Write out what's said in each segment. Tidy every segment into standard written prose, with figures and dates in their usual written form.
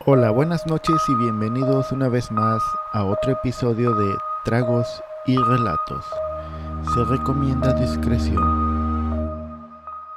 Hola, buenas noches y bienvenidos una vez más a otro episodio de Tragos y Relatos. Se recomienda discreción.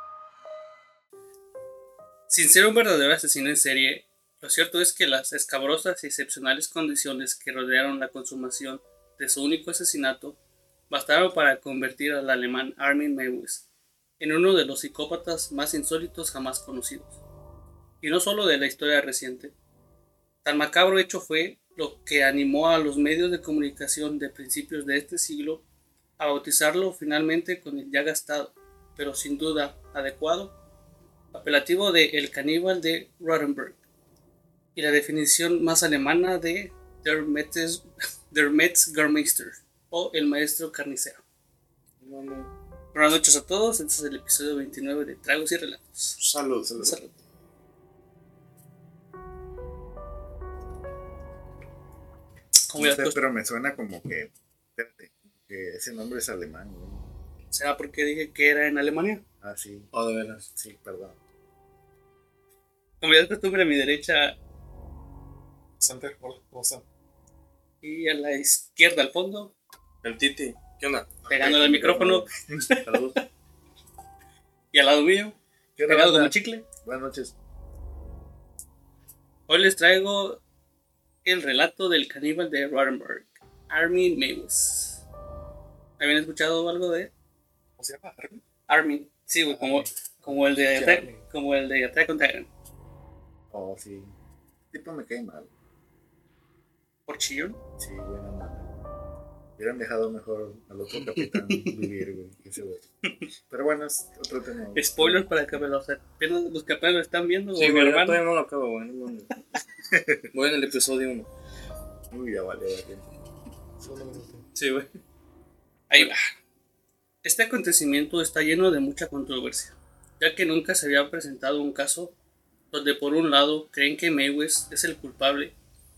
Sin ser un verdadero asesino en serie, lo cierto es que las escabrosas y excepcionales condiciones que rodearon la consumación de su único asesinato bastaron para convertir al alemán Armin Meiwes en uno de los psicópatas más insólitos jamás conocidos. Y no solo de la historia reciente. Tan macabro hecho fue lo que animó a los medios de comunicación de principios de este siglo a bautizarlo finalmente con el ya gastado, pero sin duda adecuado, apelativo de El caníbal de Rotenburg, y la definición más alemana de Der Metzgermeister, o el maestro carnicero. Buenas noches a todos, este es el episodio 29 de Tragos y Relatos. Salud. No sé, pero me suena como que, espérate, que ese nombre es alemán, ¿no? ¿Será porque dije que era en Alemania? Ah, sí. Oh, de veras. Sí, perdón. Como ya es costumbre, a mi derecha Sander, hola, ¿cómo están? y a la izquierda al fondo, El Titi, ¿qué onda? pegándole al micrófono. Salud. Y al lado mío, ¿Qué onda, pegado banda? como chicle. Buenas noches. Hoy les traigo el relato del caníbal de Rotenburg, Armin Meiwes. ¿Habían escuchado algo de él? ¿Cómo se llama? ¿Armin? Armin, sí, güey, como el de Attack on Titan. Oh, sí. Tipo me cae mal. ¿Por chillón? Sí, buena mano. Hubieran dejado mejor al otro capitán vivir, güey. Ese güey. Pero bueno, es otro tema. Spoilers para que los capitanes lo están viendo. Sí, o mi güey, yo hermano. todavía no lo acabo, güey. Voy en el episodio 1. Uy, ya vale. Sí, güey. Ahí va. Este acontecimiento está lleno de mucha controversia, ya que nunca se había presentado un caso donde por un lado creen que Meiwes es el culpable,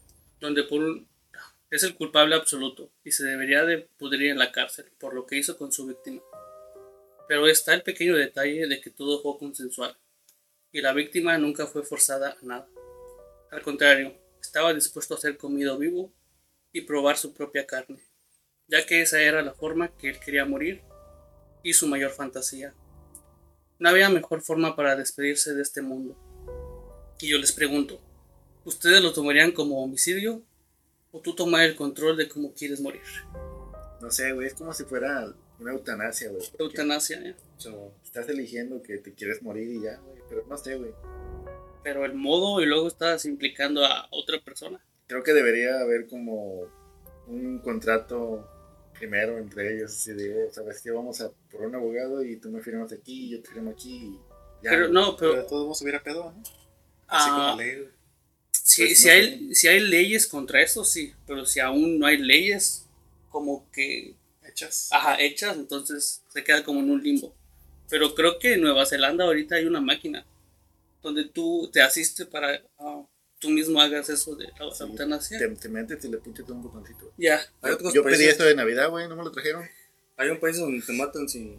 es el culpable absoluto y se debería de pudrir en la cárcel por lo que hizo con su víctima. Pero está el pequeño detalle de que todo fue consensual y la víctima nunca fue forzada a nada. Al contrario, estaba dispuesto a ser comido vivo y probar su propia carne, ya que esa era la forma que él quería morir y su mayor fantasía. No había mejor forma para despedirse de este mundo. Y yo les pregunto, ¿ustedes lo tomarían como homicidio o tú tomar el control de cómo quieres morir? No sé, güey, es como si fuera una eutanasia, güey. porque Eutanasia, ¿eh? Estás eligiendo que te quieres morir y ya, güey. Pero no sé, güey. Pero el modo y luego estás implicando a otra persona. Creo que debería haber como un contrato primero entre ellos, así de, sabes que vamos a por un abogado y tú me firmas aquí y yo te firmo aquí y ya. Pero no, Pero pero de todos modos hubiera pedo, ¿no? Así como ley, güey. Pues si hay leyes contra eso, sí. Pero si aún no hay leyes como que Hechas. hechas, entonces se queda como en un limbo. Pero creo que en Nueva Zelanda ahorita hay una máquina donde tú te asiste para tú mismo hagas eso de la Sí, eutanasia. te metes y le pinches un botoncito. Ya. Hay otros Yo pedí países- esto de Navidad, güey, no me lo trajeron. Hay un país donde te matan sin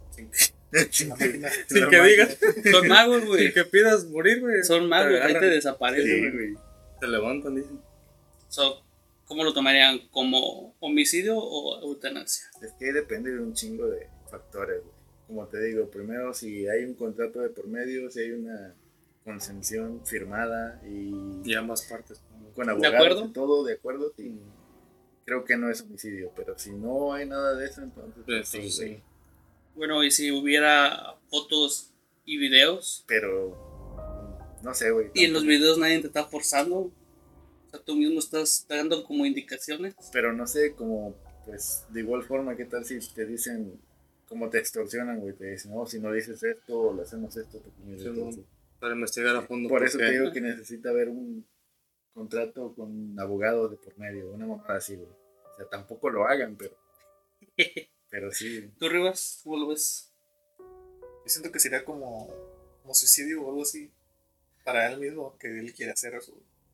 Sin que digas. Son magos, Sin güey. que pidas morir, güey. Son magos, ahí te agarran, desaparecen. Sí, güey. güey. te levantan, dicen. So, ¿cómo lo tomarían? ¿Como homicidio o eutanasia? Es que depende de un chingo de factores, güey. Como te digo, primero si hay un contrato de por medio, si hay una consención firmada y Y ambas partes. con acuerdo? abogados y todo de acuerdo, sí. Creo que no es homicidio, pero si no hay nada de eso, entonces pues, Entonces, sí, sí. güey. Bueno, y si hubiera fotos y videos, Pero no sé, güey. y en los tampoco. videos nadie te está forzando, o sea, tú mismo estás dando como indicaciones. Pero no sé, como, pues, de igual forma, ¿qué tal si te dicen, como te extorsionan, güey? Te dicen, no, si no dices esto, o le hacemos esto, te comida. Sí, Entonces, Para investigar a fondo. por eso qué. te digo que necesita haber un contrato con abogados de por medio, una mamada así, güey. O sea, tampoco lo hagan, pero sí. ¿Tú, Rivas, cómo lo ves? Yo siento que sería como suicidio o algo así. Para él mismo, que él quiere hacer eso.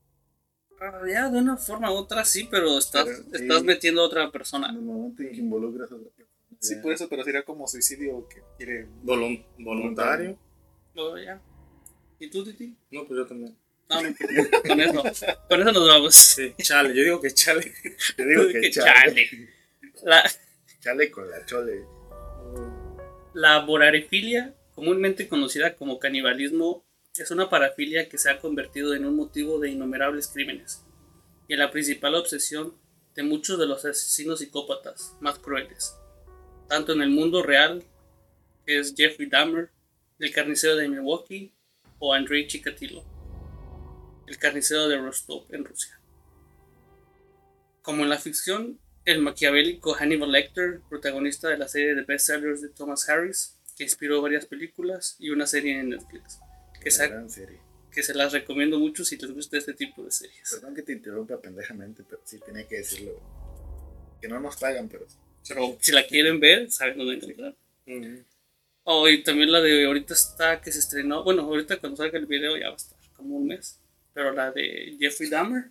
Ya, de una forma u otra sí, pero estás sí. metiendo a otra persona. En el momento en que involucras a otra persona. Sí, ya. por eso, pero sería como suicidio que quiere. Voluntario. Luego ya. ¿Y tú, Titi? No, pues yo también. No, con eso nos vamos. Sí, chale, yo digo que chale. Te digo que Que chale. La, Chale con la chole. la vorarefilia, comúnmente conocida como canibalismo, es una parafilia que se ha convertido en un motivo de innumerables crímenes y en la principal obsesión de muchos de los asesinos psicópatas más crueles, tanto en el mundo real, que es Jeffrey Dahmer, el carnicero de Milwaukee, o Andrei Chikatilo, el carnicero de Rostov en Rusia. Como en la ficción, el maquiavélico Hannibal Lecter, protagonista de la serie de bestsellers de Thomas Harris, que inspiró varias películas y una serie en Netflix, Una gran serie. que se las recomiendo mucho si les gusta este tipo de series. Perdón que te interrumpa pendejamente, pero sí tenía que decirlo. Que no nos pagan, pero Pero si la quieren ver, saben dónde encontrar. Oh, y también la de ahorita está que se estrenó. Bueno, ahorita cuando salga el video ya va a estar como un mes. Pero la de Jeffrey Dahmer,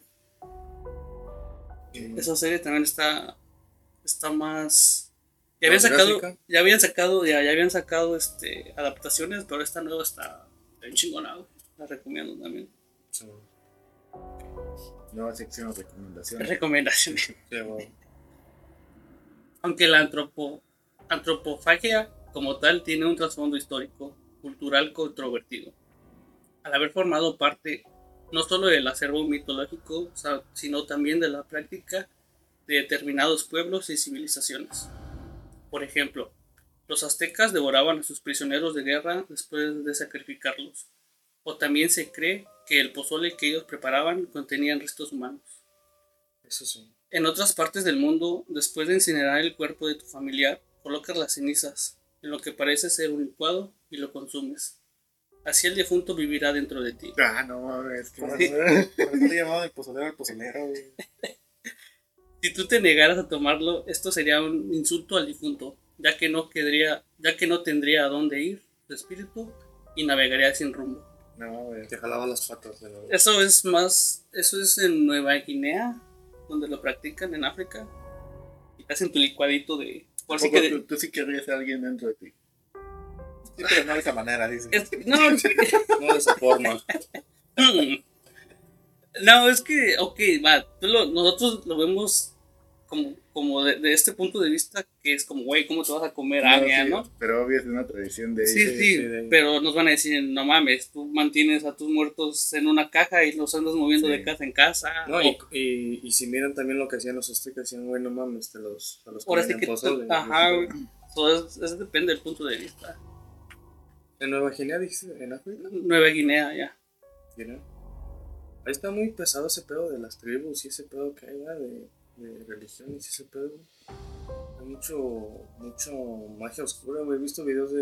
esa serie también está más. Ya habían ¿Más sacado, gráfica? ya habían sacado adaptaciones, pero esta nueva está bien chingona, güey. La recomiendo también. nueva sección de recomendaciones. Recomendaciones. Sí, bueno. Aunque la antropofagia como tal tiene un trasfondo histórico, cultural controvertido, al haber formado parte no solo del acervo mitológico, sino también de la práctica de determinados pueblos y civilizaciones. Por ejemplo, los aztecas devoraban a sus prisioneros de guerra después de sacrificarlos, o también se cree que el pozole que ellos preparaban contenía restos humanos. Eso sí. En otras partes del mundo, después de incinerar el cuerpo de tu familiar, colocas las cenizas en lo que parece ser un licuado y lo consumes. Así el difunto vivirá dentro de ti. Ah, no mames, que ¿Cómo no- ¿Por qué le llamaban el pozolero al pozolero, güey? Si tú te negaras a tomarlo, esto sería un insulto al difunto, ya que no tendría a dónde ir su espíritu y navegaría sin rumbo. No mames. Te jalaba las patas de la... Eso es en Nueva Guinea, donde lo practican en África. Y te hacen tu licuadito de... Por si Tampoco que tú sí querrías a alguien dentro de ti. Sí, pero no de esa manera, dice. no, No de esa forma. no, es que, ok, va, nosotros lo vemos como de este punto de vista, que es como, güey, ¿cómo te vas a comer águila, sí, no? Pero obvio es una tradición de Sí, ellos. sí, sí. pero nos van a decir, no mames, tú mantienes a tus muertos en una caja y los andas moviendo Sí. de casa en casa. No, o- y si miran también lo que hacían los aztecas, decían, güey, no mames, te los ahora comen sí en que, pozole. ajá, güey. Todo eso depende del punto de vista. En Nueva Guinea, dijiste, en África. Nueva Guinea, ya. Guinea. Ahí está muy pesado ese pedo de las tribus y ese pedo que hay, ¿verdad? De religiones y ese pedo. Hay mucho magia oscura, güey. He visto videos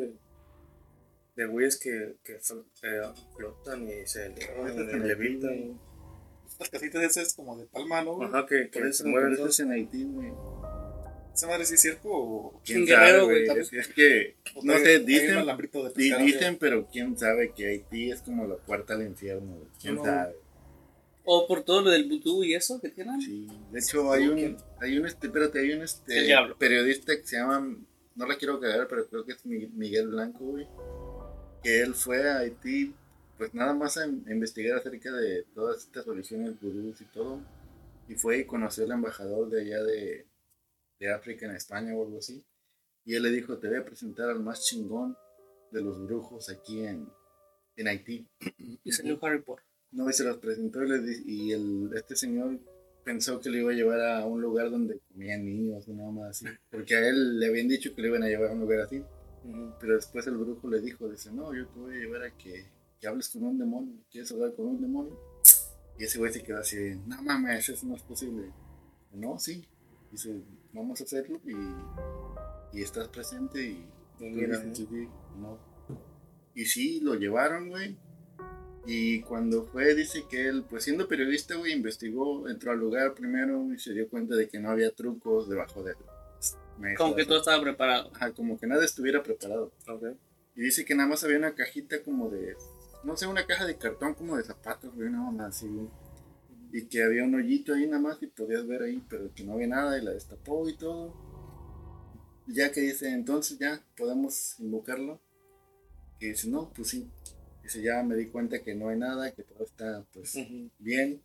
de güeyes que flotan y se levitan. Las casitas esas como de palma, ¿no, güey? Ajá, que se mueven Eso todos. es en Haití, güey. ¿Esa madre sí es cierto o En Guerrero, güey, sabe, Es que, no sé, hay un dicen, alambrito de pescado, dicen, pero quién sabe que Haití es como la puerta al infierno, güey. Quién No. sabe. O por todo lo del vudú y eso que tienen. Sí, de hecho hay un El diablo. periodista que se llama, no la quiero cagar, pero creo que es Miguel Blanco, güey, que él fue a Haití, pues nada más a investigar acerca de todas estas religiones vudús y todo, y fue y conoció al embajador de allá de África en España o algo así, y él le dijo, te voy a presentar al más chingón de los brujos aquí en Haití. Y salió Harry Potter. No, y se los presentó este señor pensó que le iba a llevar a un lugar donde comían niños o nada más así. Porque a él le habían dicho que le iban a llevar a un lugar así. Pero después el brujo le dijo, dice, no, yo te voy a llevar a que hables con un demonio. ¿Quieres hablar con un demonio? Y ese güey se quedó así, no mames, eso no es posible. No, sí. Dice, vamos a hacerlo y estás presente y tú Mira, dices, sí, no. Y sí, lo llevaron, güey. Y cuando fue, dice que él, pues siendo periodista, güey, investigó, entró al lugar primero y se dio cuenta de que no había trucos debajo de las mesas. Como que todo estaba preparado. Ajá, como que nada estuviera preparado. Ok. Y dice que nada más había una cajita como de, no sé, una caja de cartón como de zapatos, güey, nada más así, güey. Y que había un hoyito ahí nada más y podías ver ahí, pero que no había nada y la destapó y todo. Ya que dice, entonces ya podemos invocarlo. Y dice, no, pues sí. Dice, ya me di cuenta que no hay nada, que todo está pues bien.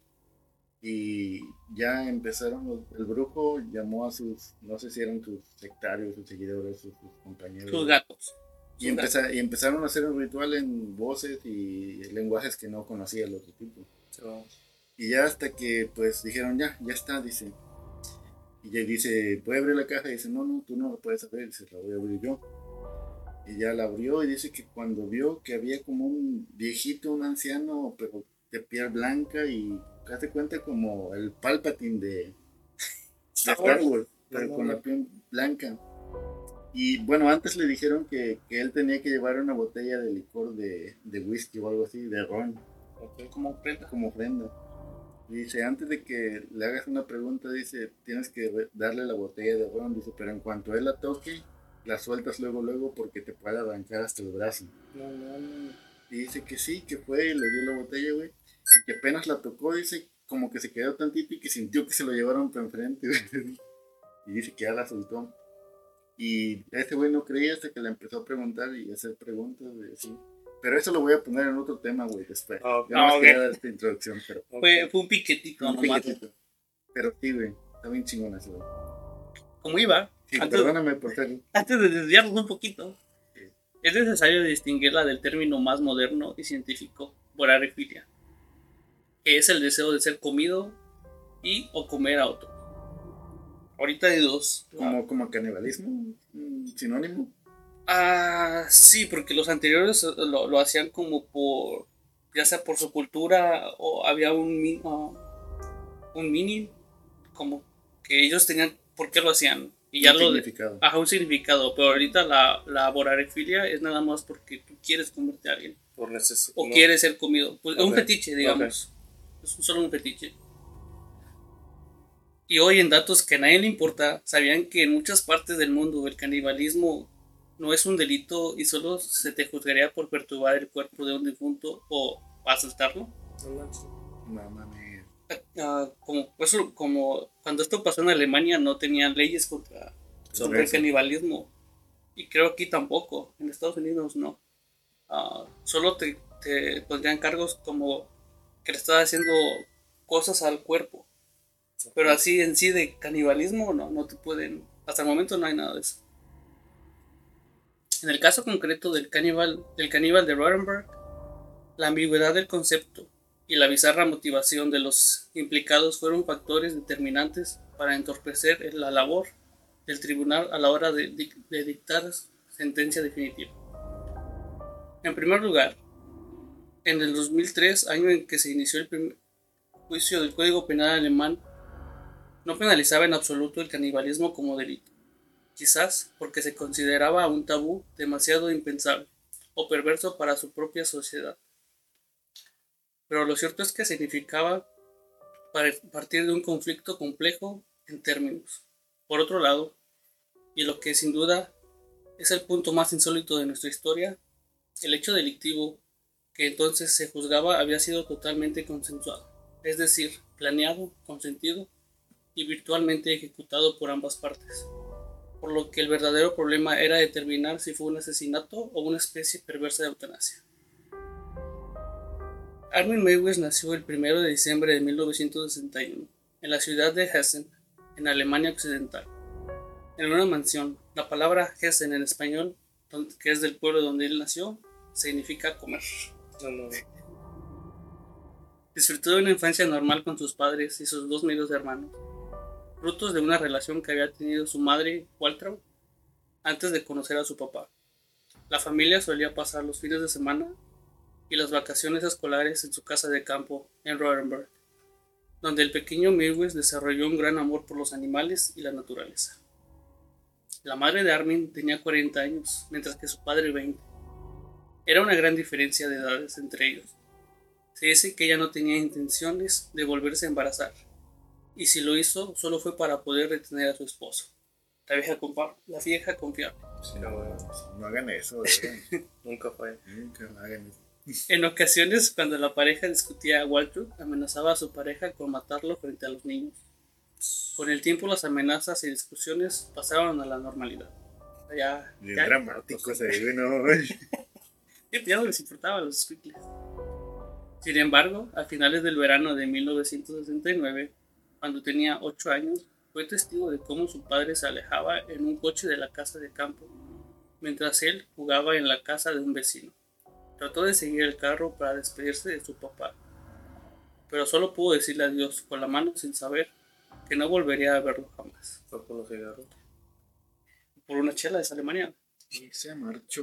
Y ya empezaron, el brujo llamó a sus, no sé si eran sus sectarios, sus seguidores, sus compañeros. Sus gatos. Y empezaron a hacer un ritual en voces y lenguajes que no conocía el otro tipo. Y ya hasta que pues dijeron, ya está, dice. Y ya dice, ¿puede abrir la caja? Y dice, no, tú no la puedes abrir, dice, la voy a abrir yo. Y ya la abrió y dice que cuando vio que había como un viejito, un anciano, pero de piel blanca y hace cuenta como el Palpatine de Star Wars, pero con la piel blanca. Y bueno, antes le dijeron que él tenía que llevar una botella de licor de whisky o algo así, de ron. Okay. Como ofrenda. Y dice, antes de que le hagas una pregunta, dice, tienes que darle la botella de ron, dice, pero en cuanto él la toque, la sueltas luego porque te puede arrancar hasta el brazo. No. Y dice que sí, que fue, le dio la botella, güey, y que apenas la tocó, dice, como que se quedó tantito y que sintió que se lo llevaron para enfrente, güey. Y dice que ya la soltó. Y ese güey no creía hasta que le empezó a preguntar y hacer preguntas, güey, así. Pero eso lo voy a poner en otro tema, güey, después. Yo no quería dar esta introducción, pero... Fue un piquetito. Pero sí, güey, está bien chingón eso, güey. ¿Cómo iba? Sí, perdóname por ser... Antes de desviarnos un poquito, sí. Es necesario distinguirla del término más moderno y científico, vorarefilia, que es el deseo de ser comido y o comer a otro. Ahorita hay dos. ¿Como canibalismo? ¿Sinónimo? Sí, porque los anteriores lo hacían como por, ya sea por su cultura o había un meaning, como que ellos tenían por qué lo hacían. Y ya significado. Un significado, pero ahorita la vorarefilia es nada más porque tú quieres comerte a alguien. Por necesidad. O quieres ser comido. Pues, okay. Un fetiche, digamos. Okay. Es solo un fetiche. Y hoy en datos que a nadie le importa, ¿sabían que en muchas partes del mundo el canibalismo no es un delito y solo se te juzgaría por perturbar el cuerpo de un difunto o asaltarlo? No mames. Como cuando esto pasó en Alemania no tenían leyes sobre el canibalismo. Y creo aquí tampoco. En Estados Unidos no. Solo te pondrían cargos como que le estás haciendo cosas al cuerpo. Pero así en sí de canibalismo no te pueden. Hasta el momento no hay nada de eso. En el caso concreto del caníbal de Rodenberg, la ambigüedad del concepto y la bizarra motivación de los implicados fueron factores determinantes para entorpecer la labor del tribunal a la hora de dictar sentencia definitiva. En primer lugar, en el 2003, año en que se inició el primer juicio del Código Penal alemán, no penalizaba en absoluto el canibalismo como delito, quizás porque se consideraba un tabú demasiado impensable o perverso para su propia sociedad. Pero lo cierto es que significaba partir de un conflicto complejo en términos. Por otro lado, y lo que sin duda es el punto más insólito de nuestra historia, el hecho delictivo que entonces se juzgaba había sido totalmente consensuado, es decir, planeado, consentido y virtualmente ejecutado por ambas partes, por lo que el verdadero problema era determinar si fue un asesinato o una especie perversa de eutanasia. Armin Meiwes nació el 1 de diciembre de 1961 en la ciudad de Hessen, en Alemania Occidental, en una mansión. La palabra Hessen en español, que es del pueblo donde él nació, significa comer. Disfrutó de una infancia normal con sus padres y sus dos medios hermanos, frutos de una relación que había tenido su madre, Waltraud, antes de conocer a su papá. La familia solía pasar los fines de semana y las vacaciones escolares en su casa de campo en Rodenberg, donde el pequeño Meiwes desarrolló un gran amor por los animales y la naturaleza. La madre de Armin tenía 40 años, mientras que su padre 20. Era una gran diferencia de edades entre ellos. Se dice que ella no tenía intenciones de volverse a embarazar, y si lo hizo, solo fue para poder retener a su esposo, la vieja confiable. Sí, no hagan eso, Nunca hagan eso. En ocasiones, cuando la pareja discutía, Waltraud amenazaba a su pareja con matarlo frente a los niños. Con el tiempo, las amenazas y discusiones pasaron a la normalidad. Bien dramático se vive, ¿no? Ya no les importaba a los squinkles. Sin embargo, a finales del verano de 1969, cuando tenía 8 años, fue testigo de cómo su padre se alejaba en un coche de la casa de campo, mientras él jugaba en la casa de un vecino. Trató de seguir el carro para despedirse de su papá, pero solo pudo decirle adiós con la mano sin saber que no volvería a verlo jamás. Fue por los cigarros. Por una chela de Alemania. Y se marchó.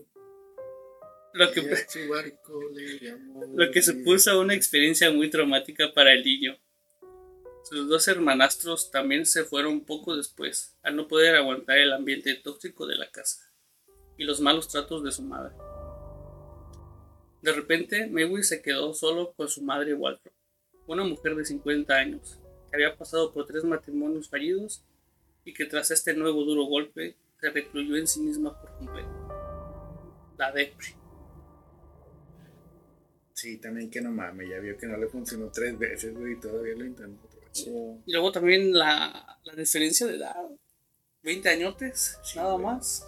Lo que, Y a su barco le llamó lo que supuso una experiencia muy traumática para el niño. Sus dos hermanastros también se fueron poco después, al no poder aguantar el ambiente tóxico de la casa y los malos tratos de su madre. De repente, Mewis se quedó solo con su madre Walter, una mujer de 50 años, que había pasado por 3 matrimonios fallidos y que tras este nuevo duro golpe se recluyó en sí misma por completo. La depre. Sí, también que no mames, ya vio que no le funcionó 3 veces, güey, y todavía lo intentó. Sí. Y luego también la diferencia de edad, 20 añotes, Sí, nada güey. más.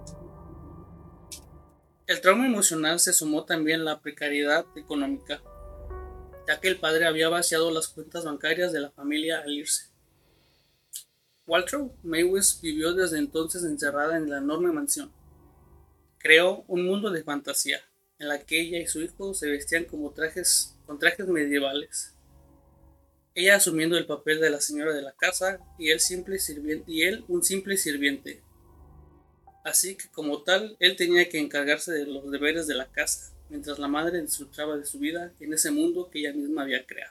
El trauma emocional se sumó también la precariedad económica, ya que el padre había vaciado las cuentas bancarias de la familia al irse. Walter Mewis vivió desde entonces encerrada en la enorme mansión. Creó un mundo de fantasía, en la que ella y su hijo se vestían con trajes medievales. Ella asumiendo el papel de la señora de la casa y él un simple sirviente. Así que como tal, él tenía que encargarse de los deberes de la casa, mientras la madre disfrutaba de su vida en ese mundo que ella misma había creado.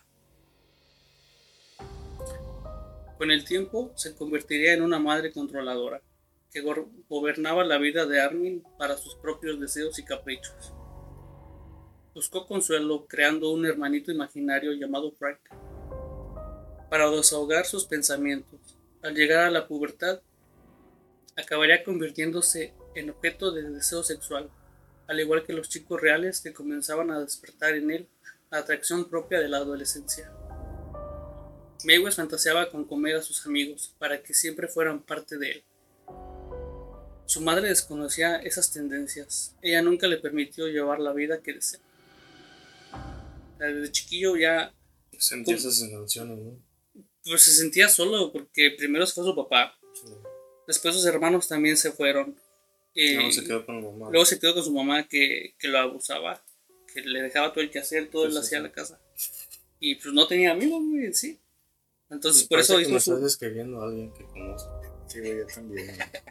Con el tiempo, se convertiría en una madre controladora, que gobernaba la vida de Armin para sus propios deseos y caprichos. Buscó consuelo creando un hermanito imaginario llamado Frank, para desahogar sus pensamientos. Al llegar a la pubertad, acabaría convirtiéndose en objeto de deseo sexual, al igual que los chicos reales que comenzaban a despertar en él la atracción propia de la adolescencia. Mewis fantaseaba con comer a sus amigos para que siempre fueran parte de él. Su madre desconocía esas tendencias. Ella nunca le permitió llevar la vida que deseaba. Desde chiquillo ya Sentí esas sensaciones, ¿no? pues se sentía solo porque primero se fue su papá. Sí. Después sus hermanos también se fueron. Luego se quedó con la mamá. Luego se quedó con su mamá que lo abusaba, que le dejaba todo el quehacer, todo Sí, él sí, hacía sí. la casa. Y pues no tenía amigos, güey, en sí. Entonces Me por eso parece que hizo me su... estás describiendo a alguien que conozco. Sí, güey, yo también.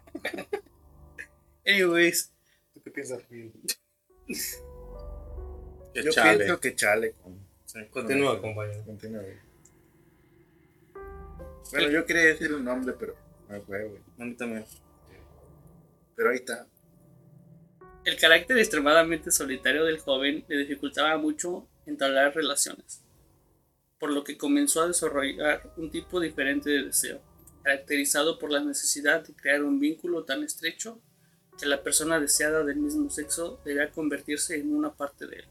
Anyways, ¿Tú qué piensas, Río? Que Yo chale. pienso que chale con. Sí, continúa, compañero. Continúa, güey. Bueno, yo quería decir un nombre, pero no fue, güey. A mí también. Pero ahí está. el carácter extremadamente solitario del joven le dificultaba mucho entablar relaciones, por lo que comenzó a desarrollar un tipo diferente de deseo, caracterizado por la necesidad de crear un vínculo tan estrecho que la persona deseada del mismo sexo debía convertirse en una parte de él.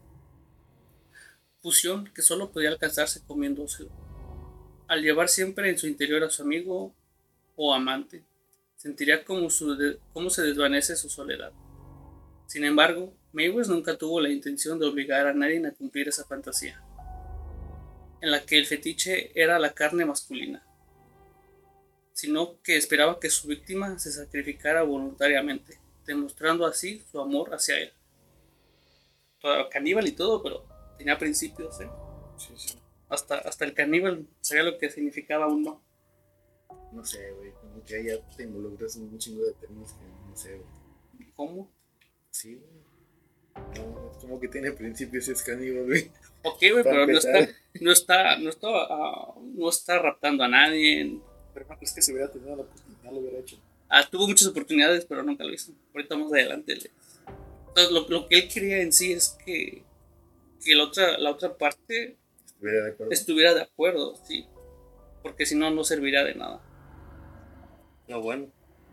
Fusión que solo podía alcanzarse comiéndose. Al llevar siempre en su interior a su amigo o amante, sentiría cómo se desvanece su soledad. Sin embargo, Mewis nunca tuvo la intención de obligar a nadie a cumplir esa fantasía, en la que el fetiche era la carne masculina, sino que esperaba que su víctima se sacrificara voluntariamente, demostrando así su amor hacia él. Caníbal y todo, pero tenía principios, ¿eh? Sí, sí. Hasta el caníbal sabía lo que significaba un no. No sé, güey. Como que ahí ya te involucras en un chingo de temas que no sé, güey. ¿Cómo? Sí, güey. No, es como que tiene principios y es caníbal, güey. Ok, güey, Para pero empezar. no está raptando a nadie. Pero no crees que si hubiera tenido la oportunidad lo hubiera hecho. Tuvo muchas oportunidades, pero nunca lo hizo. Ahorita más adelante. Entonces, lo que él quería en sí es que la otra parte ¿Estuviera de acuerdo? estuviera de acuerdo, sí. Porque si no, no serviría de nada. No, bueno.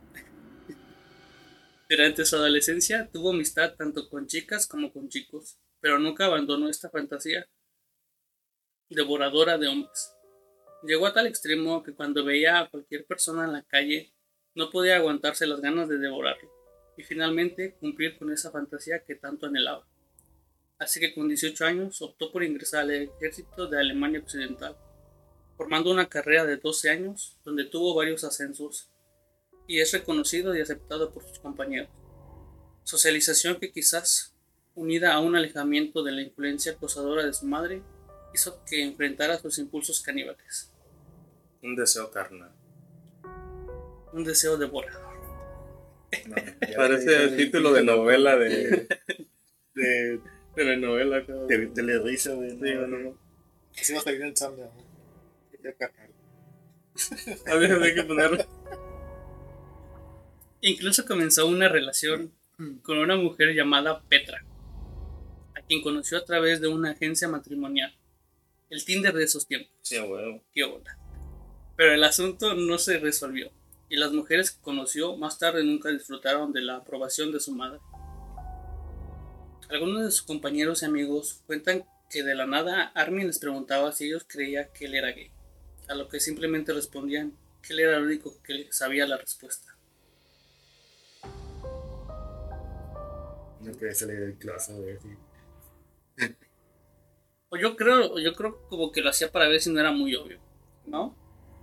Durante su adolescencia tuvo amistad tanto con chicas como con chicos, pero nunca abandonó esta fantasía devoradora de hombres. Llegó a tal extremo que cuando veía a cualquier persona en la calle no podía aguantarse las ganas de devorarlo. y finalmente cumplir con esa fantasía que tanto anhelaba. Así que con 18 años optó por ingresar al ejército de Alemania Occidental, formando una carrera de 12 años donde tuvo varios ascensos y es reconocido y aceptado por sus compañeros. Socialización que quizás, unida a un alejamiento de la influencia acosadora de su madre, hizo que enfrentara sus impulsos caníbales. Un deseo carnal. Un deseo devorador. No, Parece el título de novela de telenovela. Telerisa, güey. Sí, no. Así va a salir el Sam, ¿no? Ya carnal. A ver, hay que ponerlo. Incluso comenzó una relación con una mujer llamada Petra, a quien conoció a través de una agencia matrimonial, el Tinder de esos tiempos. Sí, huevo. Qué onda. Pero el asunto no se resolvió, y las mujeres que conoció más tarde nunca disfrutaron de la aprobación de su madre. Algunos de sus compañeros y amigos cuentan que de la nada Armin les preguntaba si ellos creían que él era gay, a lo que simplemente respondían que él era el único que sabía la respuesta. No quería salir del closet, güey. Sí. O yo creo como que lo hacía para ver si no era muy obvio, ¿no?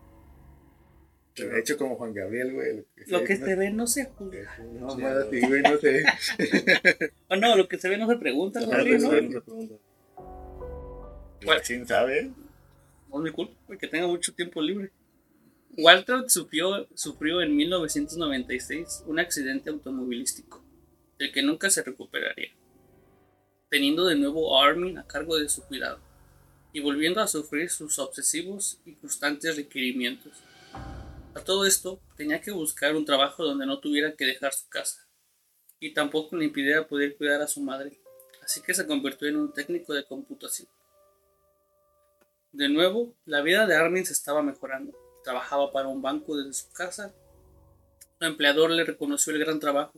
De hecho, como Juan Gabriel, güey. Lo que se ve no se juzga. No, más así, güey, no sé. O no, lo que se ve no se pregunta, algo así, ¿no? Pues, ¿quién sabe? No es mi culpa, que tenga mucho tiempo libre. Walter sufrió en 1996 un accidente automovilístico, del que nunca se recuperaría, teniendo de nuevo a Armin a cargo de su cuidado, y volviendo a sufrir sus obsesivos y constantes requerimientos. A todo esto, tenía que buscar un trabajo donde no tuviera que dejar su casa, y tampoco le impidiera poder cuidar a su madre, así que se convirtió en un técnico de computación. De nuevo, la vida de Armin se estaba mejorando. Trabajaba para un banco desde su casa. Su empleador le reconoció el gran trabajador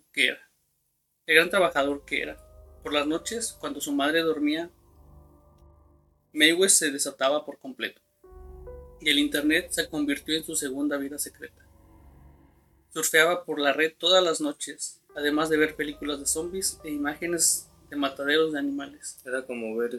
que era. Por las noches, cuando su madre dormía, Maywes se desataba por completo, y el internet se convirtió en su segunda vida secreta. Surfeaba por la red todas las noches, además de ver películas de zombies e imágenes de mataderos de animales. Era como ver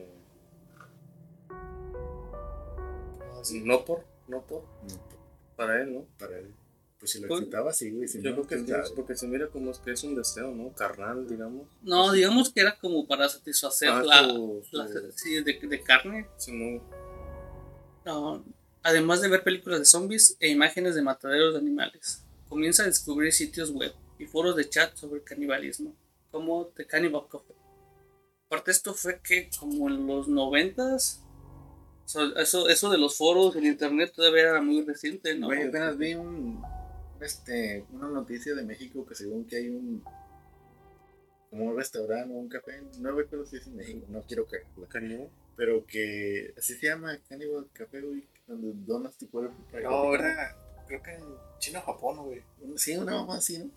No por. Para él, ¿no? Para él. Pues si lo excitaba, sí, güey. Si Yo no, creo que quién sí, sabe. porque se mira como que es un deseo, ¿no? Carnal, digamos. No, digamos que era como para satisfacer sí, de carne. Sí, no. No, además de ver películas de zombies e imágenes de mataderos de animales, comienza a descubrir sitios web y foros de chat sobre canibalismo, como The Cannibal Coffee. Aparte de esto fue que como en los 90s, eso de los foros en internet todavía era muy reciente, ¿no? Güey, apenas vi una noticia de México que según que hay como un restaurante o un café, no recuerdo si es en México, no quiero caerla. ¿Caníbal? Pero que así se llama Cannibal Café, güey, donde donas tu cuerpo para No, era, creo que en China o Japón, güey. Sí, una mamá así, ¿no?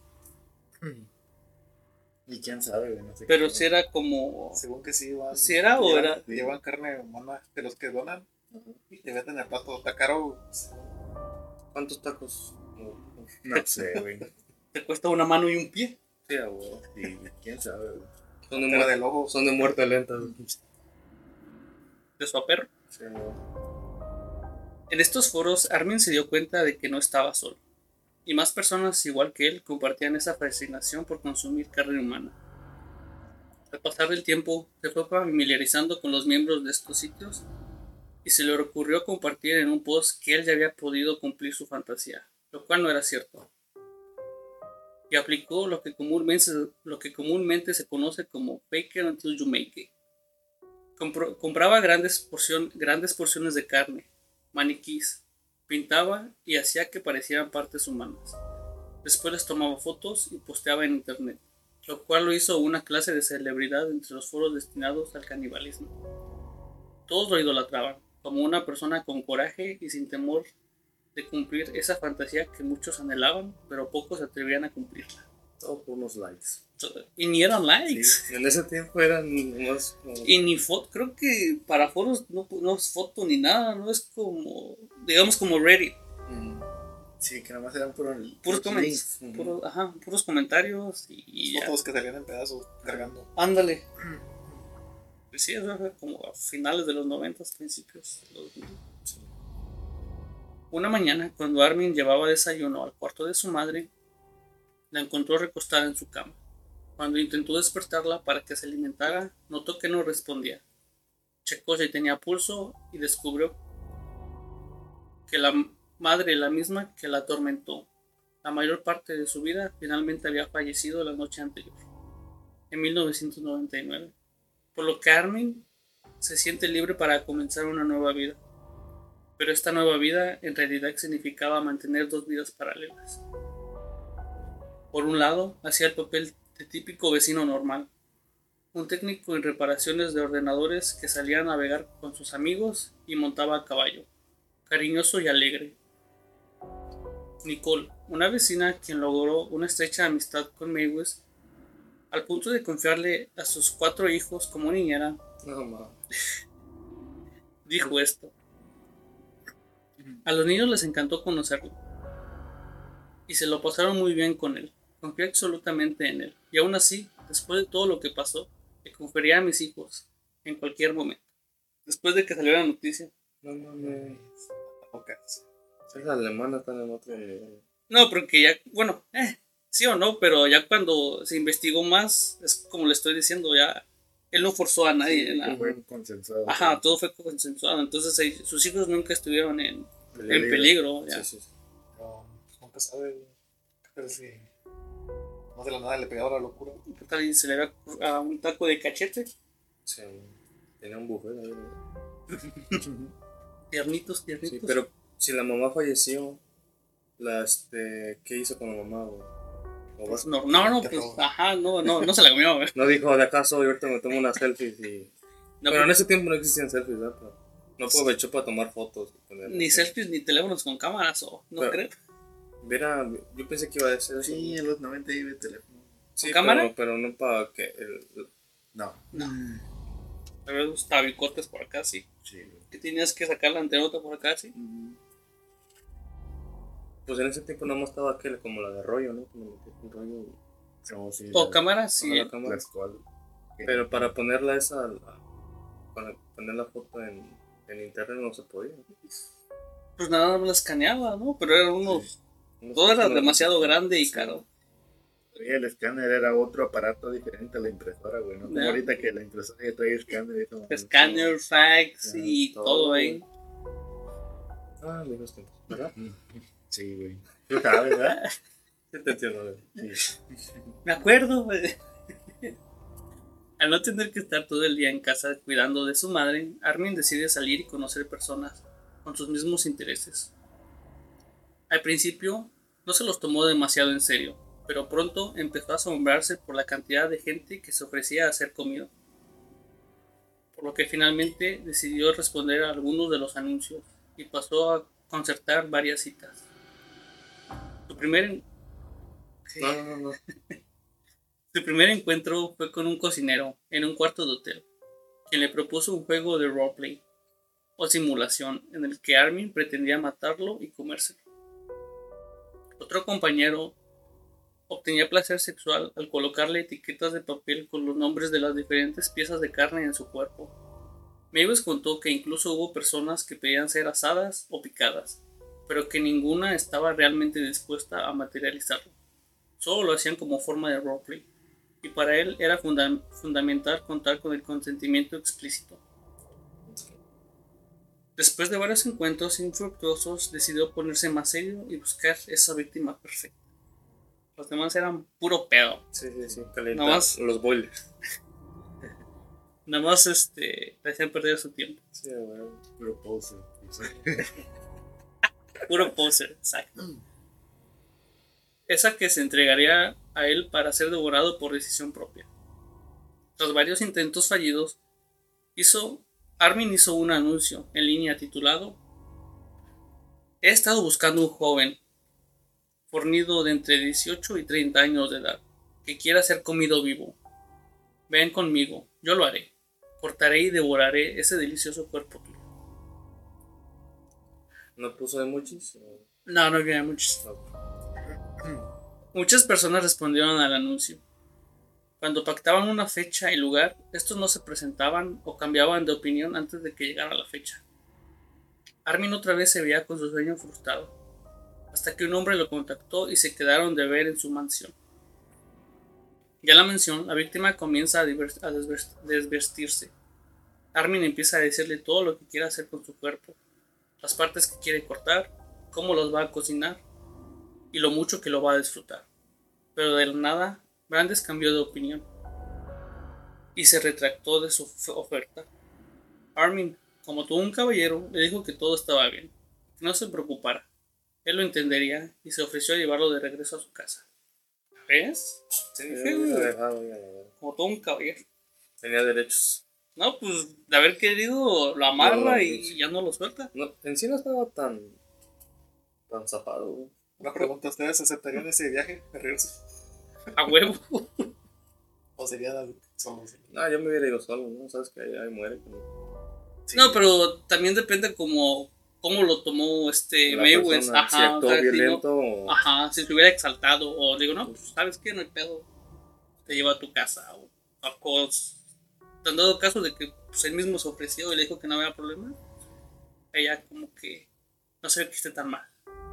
Y quién sabe, güey, no sé. Pero qué. si era como... Según que sí, van. ¿Sí era o llevan, era? Llevan carne humana de los que donan y te venden el plato. Está caro. ¿Cuántos tacos? No sé, güey. Te cuesta una mano y un pie. Sí, güey. Sí, quién sabe, güey. Era de lobo. Son de muerte lenta. De su perro. Sí, güey. En estos foros, Armin se dio cuenta de que no estaba solo, y más personas igual que él compartían esa fascinación por consumir carne humana. Al pasar del tiempo, se fue familiarizando con los miembros de estos sitios y se le ocurrió compartir en un post que él ya había podido cumplir su fantasía, lo cual no era cierto. Y aplicó lo que comúnmente se conoce como fake it until you make it. Compraba grandes porciones de carne, maniquís, pintaba y hacía que parecieran partes humanas. Después les tomaba fotos y posteaba en internet, lo cual lo hizo una clase de celebridad entre los foros destinados al canibalismo. Todos lo idolatraban, como una persona con coraje y sin temor de cumplir esa fantasía que muchos anhelaban, pero pocos se atrevían a cumplirla. Todo por unos likes. Y ni eran likes. Sí, en ese tiempo eran más como... Y ni foto, creo que para foros no es foto ni nada, no es como, digamos como Reddit. Sí, que nomás eran puros links. Puros comentarios y fotos que salían en pedazos cargando. Ándale. Pues sí, eso fue como a finales de los 90, principios de los 2000. Sí. Una mañana, cuando Armin llevaba desayuno al cuarto de su madre, la encontró recostada en su cama. Cuando intentó despertarla para que se alimentara, notó que no respondía. Checó si tenía pulso y descubrió que la madre, la misma que la atormentó la mayor parte de su vida, finalmente había fallecido la noche anterior, en 1999. Por lo que Armin se siente libre para comenzar una nueva vida. Pero esta nueva vida en realidad significaba mantener dos vidas paralelas. Por un lado, hacía el papel de típico vecino normal, un técnico en reparaciones de ordenadores que salía a navegar con sus amigos y montaba a caballo, cariñoso y alegre. Nicole, una vecina quien logró una estrecha amistad con Mewes, al punto de confiarle a sus 4 hijos como niñera, dijo esto: a los niños les encantó conocerlo y se lo pasaron muy bien con él. Confié absolutamente en él, y aún así, después de todo lo que pasó, le confiaría a mis hijos en cualquier momento. Después de que salió la noticia. No mames. Es alemana, están en otro. No, porque ya, bueno, sí o no, pero ya cuando se investigó más, es como le estoy diciendo, ya él no forzó a nadie. Sí, fue consensuado. Ajá, todo fue consensuado. Entonces sus hijos nunca estuvieron en peligro. Ya. Sí. No, nunca sabe. Pero sí. Más de la nada le pegaba la locura. ¿Qué tal y se le da a un taco de cachete? Sí, tenía un buffet ahí. Tiernitos. Sí, pero si la mamá falleció, ¿qué hizo con la mamá, güey? Pues no, pues, no se la comió, güey. No dijo, de acaso, yo ahorita me tomo unas selfies y... No, pero en ese tiempo no existían selfies, ¿verdad? No aprovechó para tomar fotos. Ni selfies, ni teléfonos con cámaras, no creo. Mira, yo pensé que iba a ser eso. Sí, en los 90 iba teléfono. Sí, cámara? Pero no para que... No. A ver, los tabicotes por acá, sí. Que tenías que sacar la antenota por acá, sí. Pues en ese tiempo nada más estaba aquel, como la de rollo, ¿no? Como un rollo. O cámara, sí. La cámara. Pero para ponerla para poner la foto en internet no se podía. Pues nada más la escaneaba, ¿no? Pero eran unos... Todo era demasiado grande y caro. Y el escáner era otro aparato diferente a la impresora, güey, ¿no? Como ahorita que la impresora ya trae escáner. Escáner, fax y todo ahí. Viejos tiempos, ¿verdad? Sí, güey. ¿Tú sabes, verdad? Sí te entiendo, güey. Sí. Me acuerdo, güey. Al no tener que estar todo el día en casa cuidando de su madre, Armin decide salir y conocer personas con sus mismos intereses. Al principio no se los tomó demasiado en serio, pero pronto empezó a asombrarse por la cantidad de gente que se ofrecía a hacer comida, por lo que finalmente decidió responder a algunos de los anuncios y pasó a concertar varias citas. Su primer encuentro fue con un cocinero en un cuarto de hotel, quien le propuso un juego de roleplay o simulación en el que Armin pretendía matarlo y comérselo. Otro compañero obtenía placer sexual al colocarle etiquetas de papel con los nombres de las diferentes piezas de carne en su cuerpo. Mewes contó que incluso hubo personas que pedían ser asadas o picadas, pero que ninguna estaba realmente dispuesta a materializarlo. Solo lo hacían como forma de roleplay, y para él era fundamental contar con el consentimiento explícito. Después de varios encuentros infructuosos, decidió ponerse más serio y buscar esa víctima perfecta. Los demás eran puro pedo. Sí, calienta. Nada más los boilers. Nada más le hacían perder su tiempo. Sí, bueno. Puro poser. Puro poser, exacto. Esa que se entregaría a él para ser devorado por decisión propia. Tras varios intentos fallidos, Armin hizo un anuncio en línea titulado: he estado buscando un joven fornido de entre 18 y 30 años de edad que quiera ser comido vivo. Ven conmigo, yo lo haré. Cortaré y devoraré ese delicioso cuerpo tuyo. ¿No puso emojis? No había muchos. Muchas personas respondieron al anuncio. Cuando pactaban una fecha y lugar, estos no se presentaban o cambiaban de opinión antes de que llegara la fecha. Armin otra vez se veía con su sueño frustrado, hasta que un hombre lo contactó y se quedaron de ver en su mansión. Ya en la mansión, la víctima comienza a desvestirse. Armin empieza a decirle todo lo que quiere hacer con su cuerpo, las partes que quiere cortar, cómo los va a cocinar y lo mucho que lo va a disfrutar. Pero de la nada, Brandes cambió de opinión y se retractó de su oferta. Armin, como todo un caballero, le dijo que todo estaba bien, que no se preocupara. Él lo entendería y se ofreció a llevarlo de regreso a su casa. ¿Ves? Se dije, como todo un caballero. Tenía derechos. No, pues de haber querido lo amarra y ya no lo suelta. No, en sí no estaba tan zafado, güey. Una pregunta, ¿ustedes aceptarían ese viaje de regreso? A huevo. ¿O serían solos? No, yo me hubiera ido solo, ¿no? Sabes que ahí muere. Sí. No, pero también depende cómo lo tomó Mayweather. Ajá, si actuó violento si se hubiera exaltado. O digo, no, pues sabes qué, no hay pedo. Te lleva a tu casa. O han dado caso de que pues, él mismo se ofreció y le dijo que no había problema. Ella como que no se ve que esté tan mal.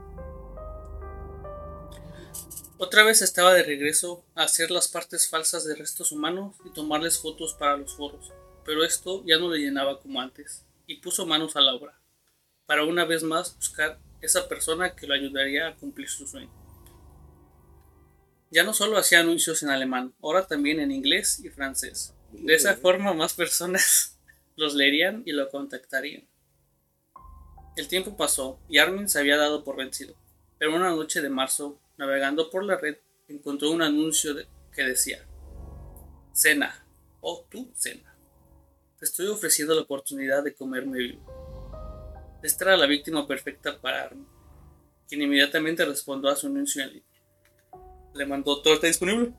Otra vez estaba de regreso a hacer las partes falsas de restos humanos y tomarles fotos para los foros, pero esto ya no le llenaba como antes, y puso manos a la obra, para una vez más buscar esa persona que lo ayudaría a cumplir su sueño. Ya no solo hacía anuncios en alemán, ahora también en inglés y francés. De esa forma más personas los leerían y lo contactarían. El tiempo pasó y Armin se había dado por vencido, pero una noche de marzo, navegando por la red, encontró un anuncio que decía: cena, tú cena. Te estoy ofreciendo la oportunidad de comerme vivo. Esta era la víctima perfecta para Armin, quien inmediatamente respondió a su anuncio en línea. Le mandó: todo está disponible.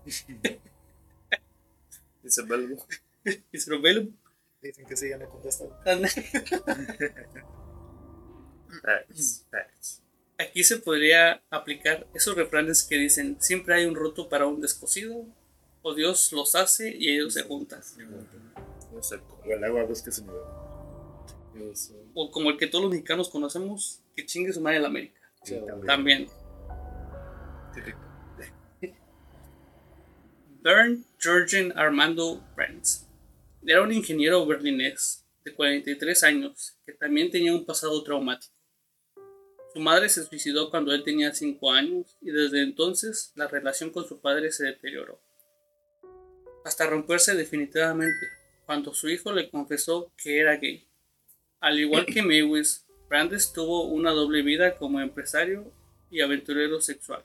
Dice Belgo. Dice Belgo. Dicen que sí, ya no contestan. Facts. Aquí se podría aplicar esos refranes que dicen: siempre hay un roto para un descosido, o Dios los hace y ellos se juntan. No sé. O el agua busca su nivel. O como el que todos los mexicanos conocemos, que chingue su madre en la América. Sí, También. Bernd Georgen Armando Brandes era un ingeniero berlinés de 43 años que también tenía un pasado traumático. Su madre se suicidó cuando él tenía 5 años y desde entonces la relación con su padre se deterioró, hasta romperse definitivamente cuando su hijo le confesó que era gay. Al igual que Mayweather, Brandes tuvo una doble vida como empresario y aventurero sexual.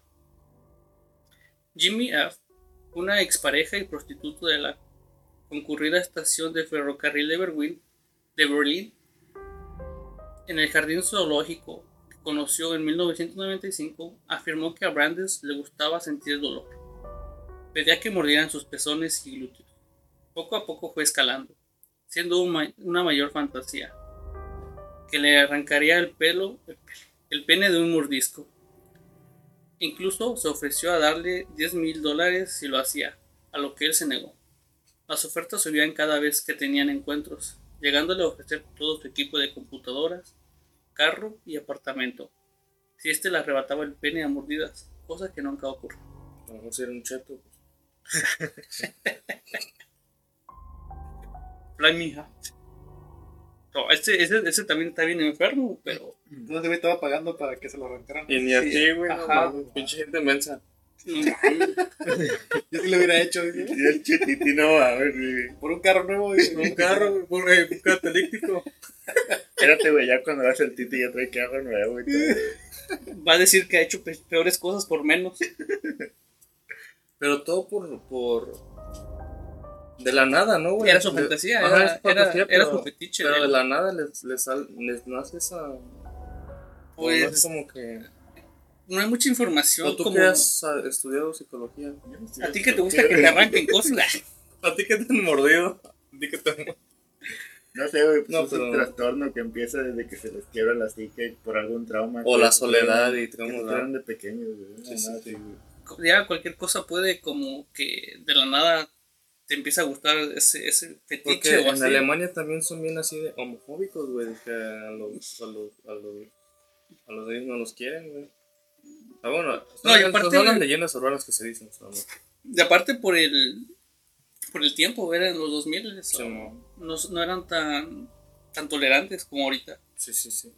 Jimmy F., una expareja y prostituta de la concurrida estación de ferrocarril de Berlín, en el jardín zoológico que conoció en 1995, afirmó que a Brandes le gustaba sentir dolor. Pedía que mordieran sus pezones y glúteos. Poco a poco fue escalando, siendo una mayor fantasía, que le arrancaría el pene de un mordisco. Incluso se ofreció a darle $10,000 si lo hacía, a lo que él se negó. Las ofertas subían cada vez que tenían encuentros, llegándole a ofrecer todo su equipo de computadoras, carro y apartamento, si éste le arrebataba el pene a mordidas, cosa que nunca ocurrió. Vamos a ir un cheto. Fly mija. No, ese también está bien enfermo, pero... Entonces me estaba pagando para que se lo arrancaran. Y ni a ti, güey. Ajá. No, pinche gente mensa. Yo sí lo hubiera hecho. ¿Sí? Y el chititi no va a ver, güey. Por un carro nuevo. Un carro, güey, por un catalítico. Espérate, güey, ya cuando vas el titi ya trae carro nuevo, güey. Va a decir que ha hecho peores cosas por menos. Pero todo por de la nada, ¿no, güey? Era su fantasía, Ajá, era su fetiche. Pero de la nada les nace esa... Pues, no es como que... no hay mucha información. ¿O tú como... que has estudiado psicología? A ti que te gusta que te arranquen cosas. ¿A ti que te han mordido? ¿A ti que te han... No sé, güey, pues No, es un trastorno que empieza desde que se les quiebra la psique por algún trauma. O la soledad y que trauma. sufrieron de pequeños, güey. Sí, sí, sí. Ya cualquier cosa puede como que de la nada te empieza a gustar ese fetiche Porque o en así. Alemania también son bien así de homofóbicos, güey, de que a los de ellos no los quieren, güey. Ah, bueno, No, y aparte, son las leyendas urbanas que se dicen, ¿no? Y aparte por el tiempo, era en los 2000, Sí, no eran tan tolerantes como ahorita. Sí, sí, sí.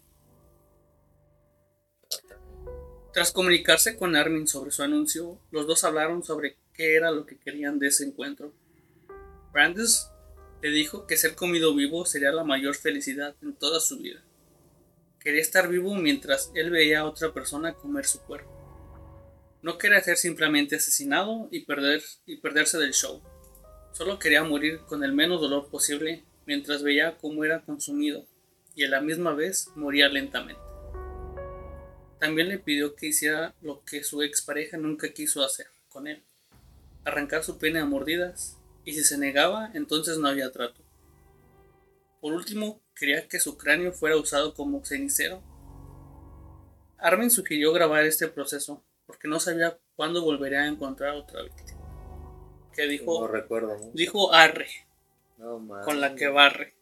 Tras comunicarse con Armin sobre su anuncio, los dos hablaron sobre qué era lo que querían de ese encuentro. Brandes le dijo que ser comido vivo sería la mayor felicidad en toda su vida. Quería estar vivo mientras él veía a otra persona comer su cuerpo. No quería ser simplemente asesinado y perderse del show. Solo quería morir con el menos dolor posible mientras veía cómo era consumido y a la misma vez moría lentamente. También le pidió que hiciera lo que su expareja nunca quiso hacer con él: arrancar su pene a mordidas, y si se negaba, entonces no había trato. Por último, quería que su cráneo fuera usado como cenicero. Armin sugirió grabar este proceso porque no sabía cuándo volvería a encontrar otra víctima. Que dijo, No recuerdo, ¿no? dijo arre, No, man. con la que barre.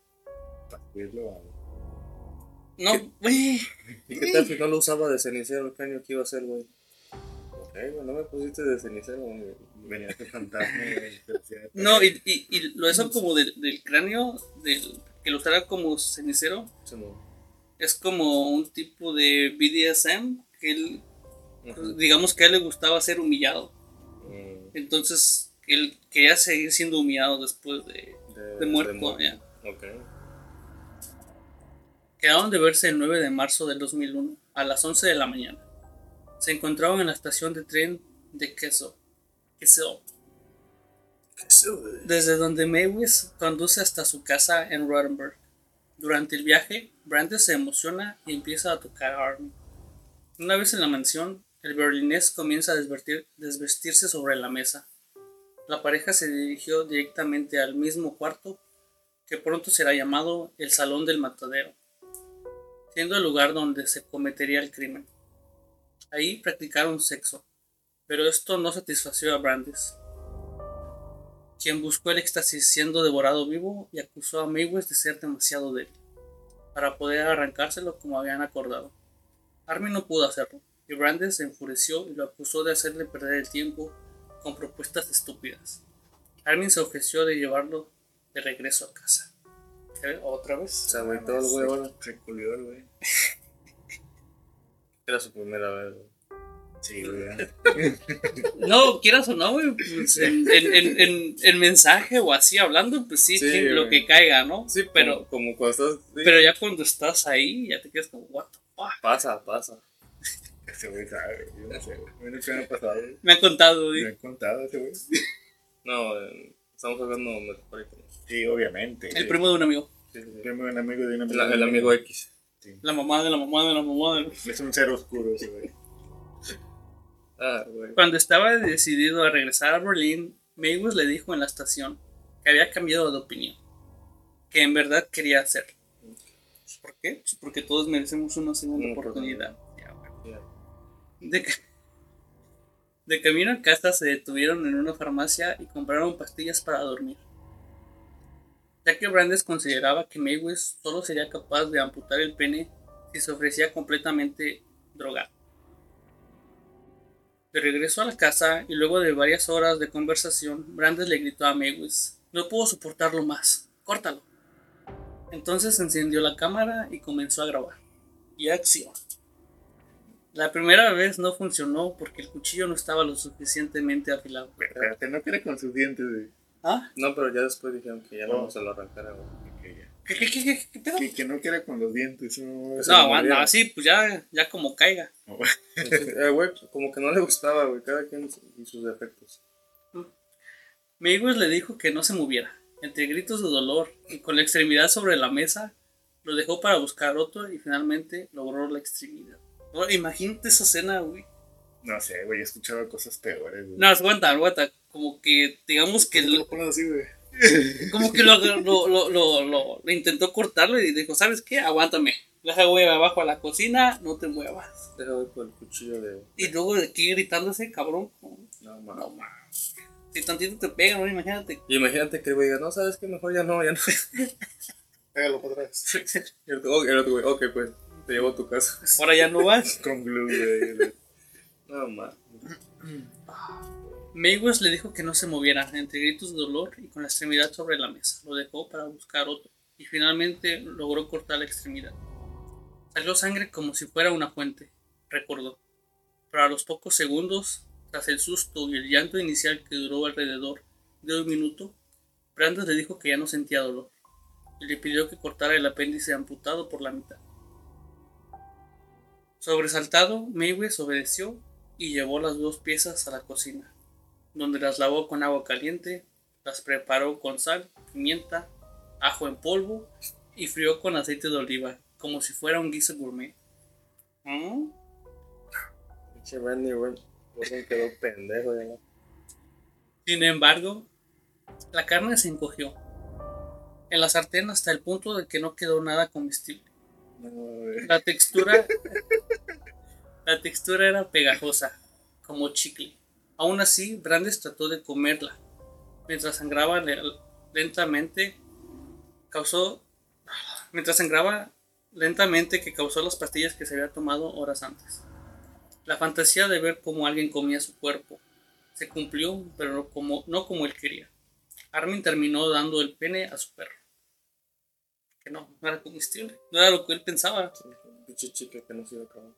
No, güey. ¿Y qué tal si no lo usaba de cenicero el caño que iba a hacer, güey? Ok, güey, no me pusiste de cenicero, güey. Venía ese fantasma, güey. No, y lo eso como del cráneo, que lo usara como cenicero, Sí, no. es como un tipo de BDSM que él, Ujú. digamos que a él le gustaba ser humillado. Mm, Entonces él quería seguir siendo humillado después de muerto. Ya. Ok. Quedaron de verse el 9 de marzo del 2001 a las 11 de la mañana. Se encontraban en la estación de tren de Kessel, desde donde Mewis conduce hasta su casa en Rothenburg. Durante el viaje, Brandes se emociona y empieza a tocar a Armin. Una vez en la mansión, el berlinés comienza a desvestirse sobre la mesa. La pareja se dirigió directamente al mismo cuarto, que pronto será llamado el Salón del Matadero, siendo el lugar donde se cometería el crimen. Ahí practicaron sexo, pero esto no satisfació a Brandes, quien buscó el éxtasis siendo devorado vivo y acusó a Mewes de ser demasiado débil para poder arrancárselo como habían acordado. Armin no pudo hacerlo, y Brandes se enfureció y lo acusó de hacerle perder el tiempo con propuestas estúpidas. Armin se ofreció de llevarlo de regreso a casa. ¿Otra vez? O sea, güey, todo el güey ahora. Se culió el güey. Era su primera vez, güey. Sí, güey. No, quieras o no, güey, pues en mensaje o así hablando, pues sí, Sí, lo güey. que caiga, ¿no? Sí, pero como cuando estás. Sí. pero ya cuando estás ahí, ya te quedas como, what the fuck. Pasa. Ese güey sabe, yo no sé, güey. A mí nunca me ha pasado, güey. Me han contado, güey. Me han contado ese güey. No, estamos hablando metafóricamente. Sí, obviamente. El primo de un amigo. Sí, sí, sí. Yo me un amigo de una El amigo X. La mamá de la mamá de la mamá de la... Es un ser oscuro ese güey. Ah, güey. Cuando estaba decidido a regresar a Berlín, Mewes le dijo en la estación que había cambiado de opinión, que en verdad quería hacerlo. ¿Por qué? Pues porque todos merecemos una segunda oportunidad. Ya, güey. De camino a casa se detuvieron en una farmacia y compraron pastillas para dormir, ya que Brandes consideraba que Mewes solo sería capaz de amputar el pene si se ofrecía completamente drogado. De regreso a la casa y luego de varias horas de conversación, Brandes le gritó a Mewes: "No puedo soportarlo más, córtalo". Entonces encendió la cámara y comenzó a grabar. Y acción. La primera vez no funcionó porque el cuchillo no estaba lo suficientemente afilado. Espérate, no quiere con sus dientes, güey. ¿Ah? No, pero ya después dijeron que ya no se lo arrancara, güey. ¿Qué pedo? Que no quiera con los dientes. No, Pues No, se lo mordieron. así pues ya como caiga. Güey, como que no le gustaba, güey. Cada quien y sus defectos. Mewes le dijo que no se moviera. Entre gritos de dolor y con la extremidad sobre la mesa, lo dejó para buscar otro y finalmente logró la extremidad. No, imagínate esa escena, güey. No sé, güey, he escuchado cosas peores, güey. No, aguanta. Como que, digamos que... Lo pones así, güey. Como que lo intentó cortarlo y dijo, ¿sabes qué? Aguántame. Deja voy abajo a la cocina, no te muevas. Deja ver por el cuchillo de. Y luego de aquí gritando ese cabrón. No, man. No mames. Si tantito te pegan, ¿no? Imagínate. Y imagínate que el güey diga, no, ¿sabes qué? Mejor ya no. Pégalo para atrás. El otro güey, ok, pues, te llevo a tu casa. Ahora ya no vas. Con glue, güey. No, man. Mayweather le dijo que no se moviera, entre gritos de dolor y con la extremidad sobre la mesa. Lo dejó para buscar otro y finalmente logró cortar la extremidad. Salió sangre como si fuera una fuente, recordó. Pero a los pocos segundos, tras el susto y el llanto inicial que duró alrededor de 1 minuto, Brandes le dijo que ya no sentía dolor y le pidió que cortara el apéndice amputado por la mitad. Sobresaltado, Mayweather obedeció y llevó las 2 piezas a la cocina, donde las lavó con agua caliente, las preparó con sal, pimienta, ajo en polvo y frió con aceite de oliva, como si fuera un guiso gourmet. Pinche Randy Orton quedó pendejo, ya. Sin embargo, la carne se encogió en la sartén hasta el punto de que no quedó nada comestible. La textura era pegajosa, como chicle. Aún así, Brandes trató de comerla. Mientras sangraba lentamente que causó las pastillas que se había tomado horas antes. La fantasía de ver cómo alguien comía su cuerpo se cumplió, pero no como él quería. Armin terminó dando el pene a su perro. Que no era comestible, no era lo que él pensaba. Pinche chica que no se iba a acabar.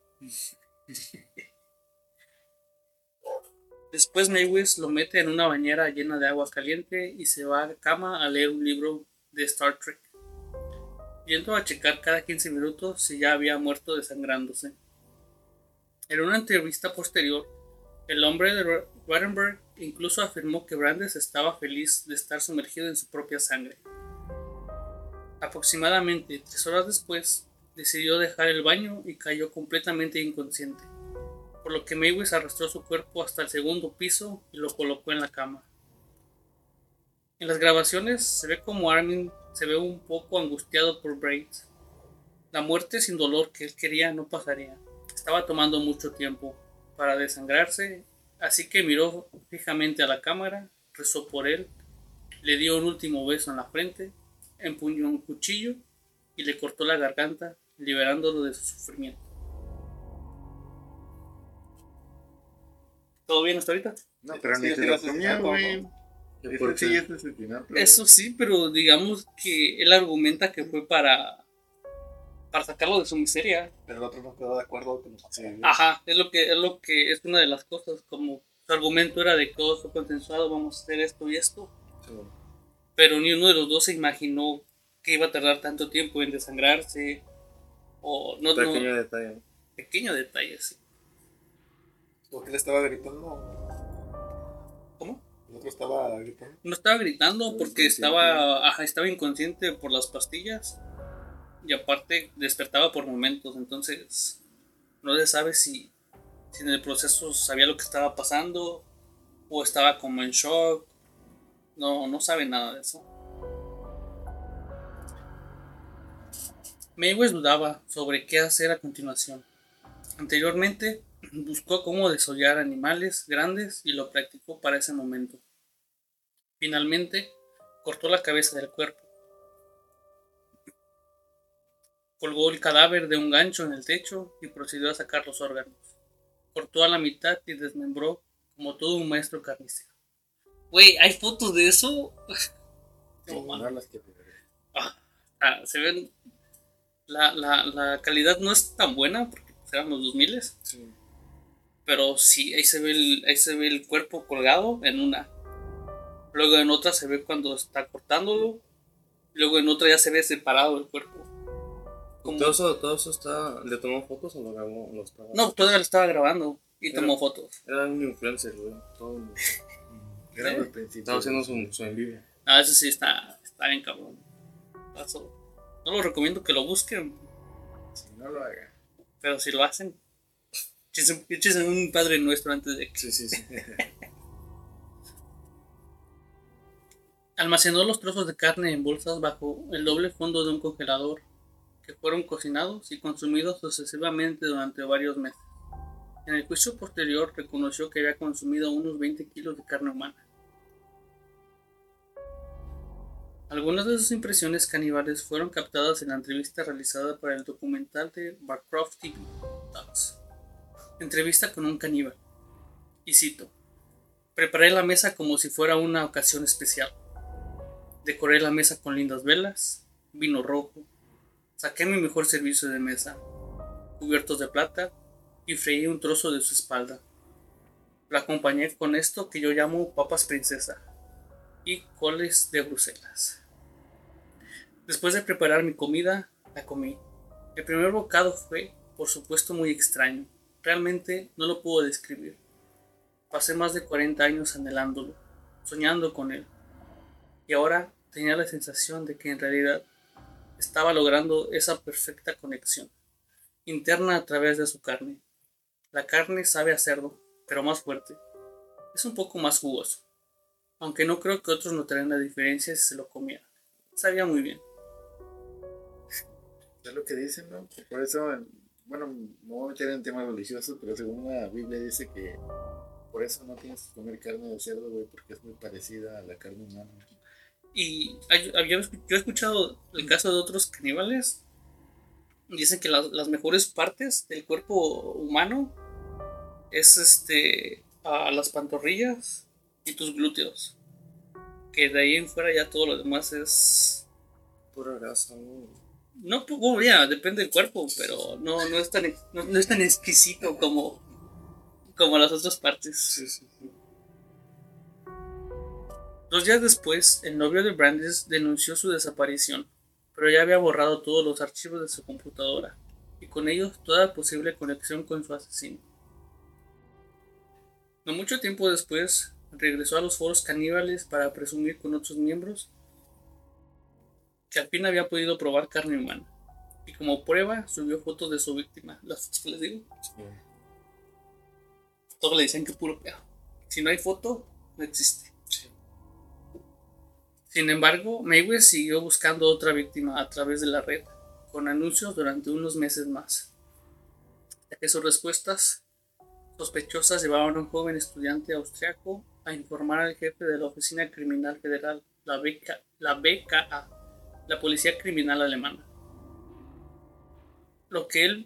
Después Mayweather lo mete en una bañera llena de agua caliente y se va a cama a leer un libro de Star Trek, yendo a checar cada 15 minutos si ya había muerto desangrándose. En una entrevista posterior, el hombre de Rattenberg incluso afirmó que Brandes estaba feliz de estar sumergido en su propia sangre. Aproximadamente 3 horas después, decidió dejar el baño y cayó completamente inconsciente, por lo que Mayweather arrastró su cuerpo hasta el 2.º piso y lo colocó en la cama. En las grabaciones se ve como Armin se ve un poco angustiado por Braid. La muerte sin dolor que él quería no pasaría. Estaba tomando mucho tiempo para desangrarse, así que miró fijamente a la cámara, rezó por él, le dio un último beso en la frente, empuñó un cuchillo y le cortó la garganta, liberándolo de su sufrimiento. ¿Todo bien hasta ahorita? No, pero ni Sí, se lo comía, güey. ¿Por Eso sí qué? es asesinato. Eso sí, pero digamos que él argumenta que fue para sacarlo de su miseria. Pero el otro no quedó de acuerdo con los Ajá, es lo que es una de las cosas, como su argumento era de que todo fue consensuado, vamos a hacer esto y esto. Sí. Pero ni uno de los dos se imaginó que iba a tardar tanto tiempo en desangrarse. O no, Pequeño detalle. pequeño detalle, sí. Porque él estaba gritando. ¿Cómo? El otro estaba gritando. No estaba gritando porque estaba inconsciente por las pastillas. Y aparte despertaba por momentos. Entonces no se sabe si en el proceso sabía lo que estaba pasando o estaba como en shock. No sabe nada de eso. Mayweather dudaba sobre qué hacer a continuación. Anteriormente buscó cómo desollar animales grandes y lo practicó para ese momento. Finalmente cortó la cabeza del cuerpo. Colgó el cadáver de un gancho en el techo y procedió a sacar los órganos. Cortó a la mitad y desmembró como todo un maestro carnicero. Güey, ¿hay fotos de eso? No las que Se ven. La calidad no es tan buena porque eran los 2000, Sí. pero sí, ahí se ve el cuerpo colgado en una. Luego en otra se ve cuando está cortándolo. Luego en otra ya se ve separado el cuerpo. Como- Todo eso está. ¿Le tomó fotos o lo grabó? No, todavía lo estaba grabando y tomó fotos. Era un influencer, güey. Era al principio. Estaba haciendo su en vivo. Eso sí está bien cabrón. Eso, no lo recomiendo que lo busquen, Si no lo haga. pero si lo hacen, échense un Padre Nuestro antes de que. Sí. Almacenó los trozos de carne en bolsas bajo el doble fondo de un congelador, que fueron cocinados y consumidos sucesivamente durante varios meses. En el juicio posterior reconoció que había consumido unos 20 kilos de carne humana. Algunas de sus impresiones caníbales fueron captadas en la entrevista realizada para el documental de Barcroft TV, Dots. Entrevista con un caníbal. Y cito: preparé la mesa como si fuera una ocasión especial. Decoré la mesa con lindas velas, vino rojo, saqué mi mejor servicio de mesa, cubiertos de plata, y freí un trozo de su espalda. La acompañé con esto que yo llamo papas princesa y coles de Bruselas. Después de preparar mi comida, la comí. El primer bocado fue, por supuesto, muy extraño. Realmente no lo puedo describir. Pasé más de 40 años anhelándolo, soñando con él. Y ahora tenía la sensación de que en realidad estaba logrando esa perfecta conexión interna a través de su carne. La carne sabe a cerdo, pero más fuerte. Es un poco más jugoso, aunque no creo que otros notaran la diferencia si se lo comieran. Sabía muy bien. Es lo que dicen, ¿no? Por eso, bueno, me voy a meter en temas religiosos, pero según la Biblia dice que por eso no tienes que comer carne de cerdo, güey, porque es muy parecida a la carne humana. Y yo he escuchado el caso de otros caníbales. Dicen que las mejores partes del cuerpo humano es a las pantorrillas y tus glúteos. Que de ahí en fuera ya todo lo demás es Pura grasa, ¿no? no, bueno, ya, depende del cuerpo, pero no es tan exquisito como las otras partes. Sí, sí, sí. 2 días después, el novio de Brandes denunció su desaparición, pero ya había borrado todos los archivos de su computadora, y con ellos toda posible conexión con su asesino. No mucho tiempo después, regresó a los foros caníbales para presumir con otros miembros que al fin había podido probar carne humana, y como prueba subió fotos de su víctima. Las fotos que les digo, todos le dicen que puro pedo. Si no hay foto, no existe. Sin embargo, Mayweather siguió buscando otra víctima a través de la red, con anuncios durante unos meses más, hasta que sus respuestas sospechosas llevaron a un joven estudiante austriaco a informar al jefe de la Oficina Criminal Federal, la BKA, la Policía Criminal Alemana. Lo que él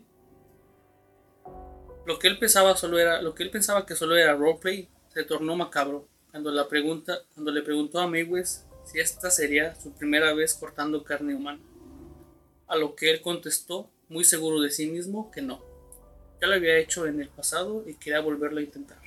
pensaba que solo era roleplay se tornó macabro cuando le preguntó a Mayweather si esta sería su primera vez cortando carne humana, a lo que él contestó, muy seguro de sí mismo, que no. Ya lo había hecho en el pasado y quería volverlo a intentar.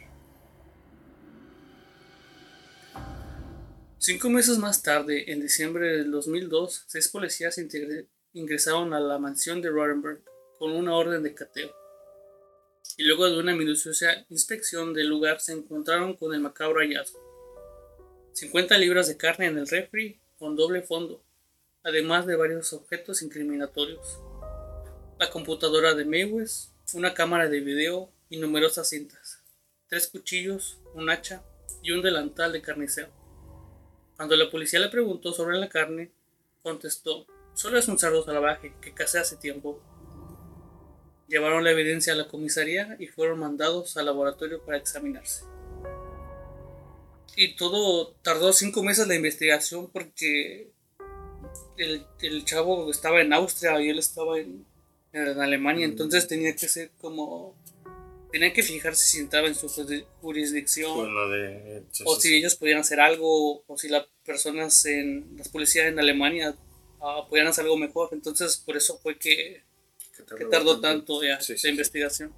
5 meses más tarde, en diciembre del 2002, 6 policías ingresaron a la mansión de Rodenberg con una orden de cateo. Y luego de una minuciosa inspección del lugar se encontraron con el macabro hallazgo: 50 libras de carne en el refri con doble fondo, además de varios objetos incriminatorios: la computadora de Mayweather, una cámara de video y numerosas cintas, 3 cuchillos, un hacha y un delantal de carnicero. Cuando la policía le preguntó sobre la carne, contestó: solo es un cerdo salvaje que casé hace tiempo. Llevaron la evidencia a la comisaría y fueron mandados al laboratorio para examinarse. Y todo tardó 5 meses la investigación porque el chavo estaba en Austria y él estaba en Alemania, entonces tenía que ser como... Tenían que fijarse si entraba en su jurisdicción, o si ellos podían hacer algo, o si las policías en Alemania podían hacer algo mejor. Entonces por eso fue que tardó tanto ya la investigación.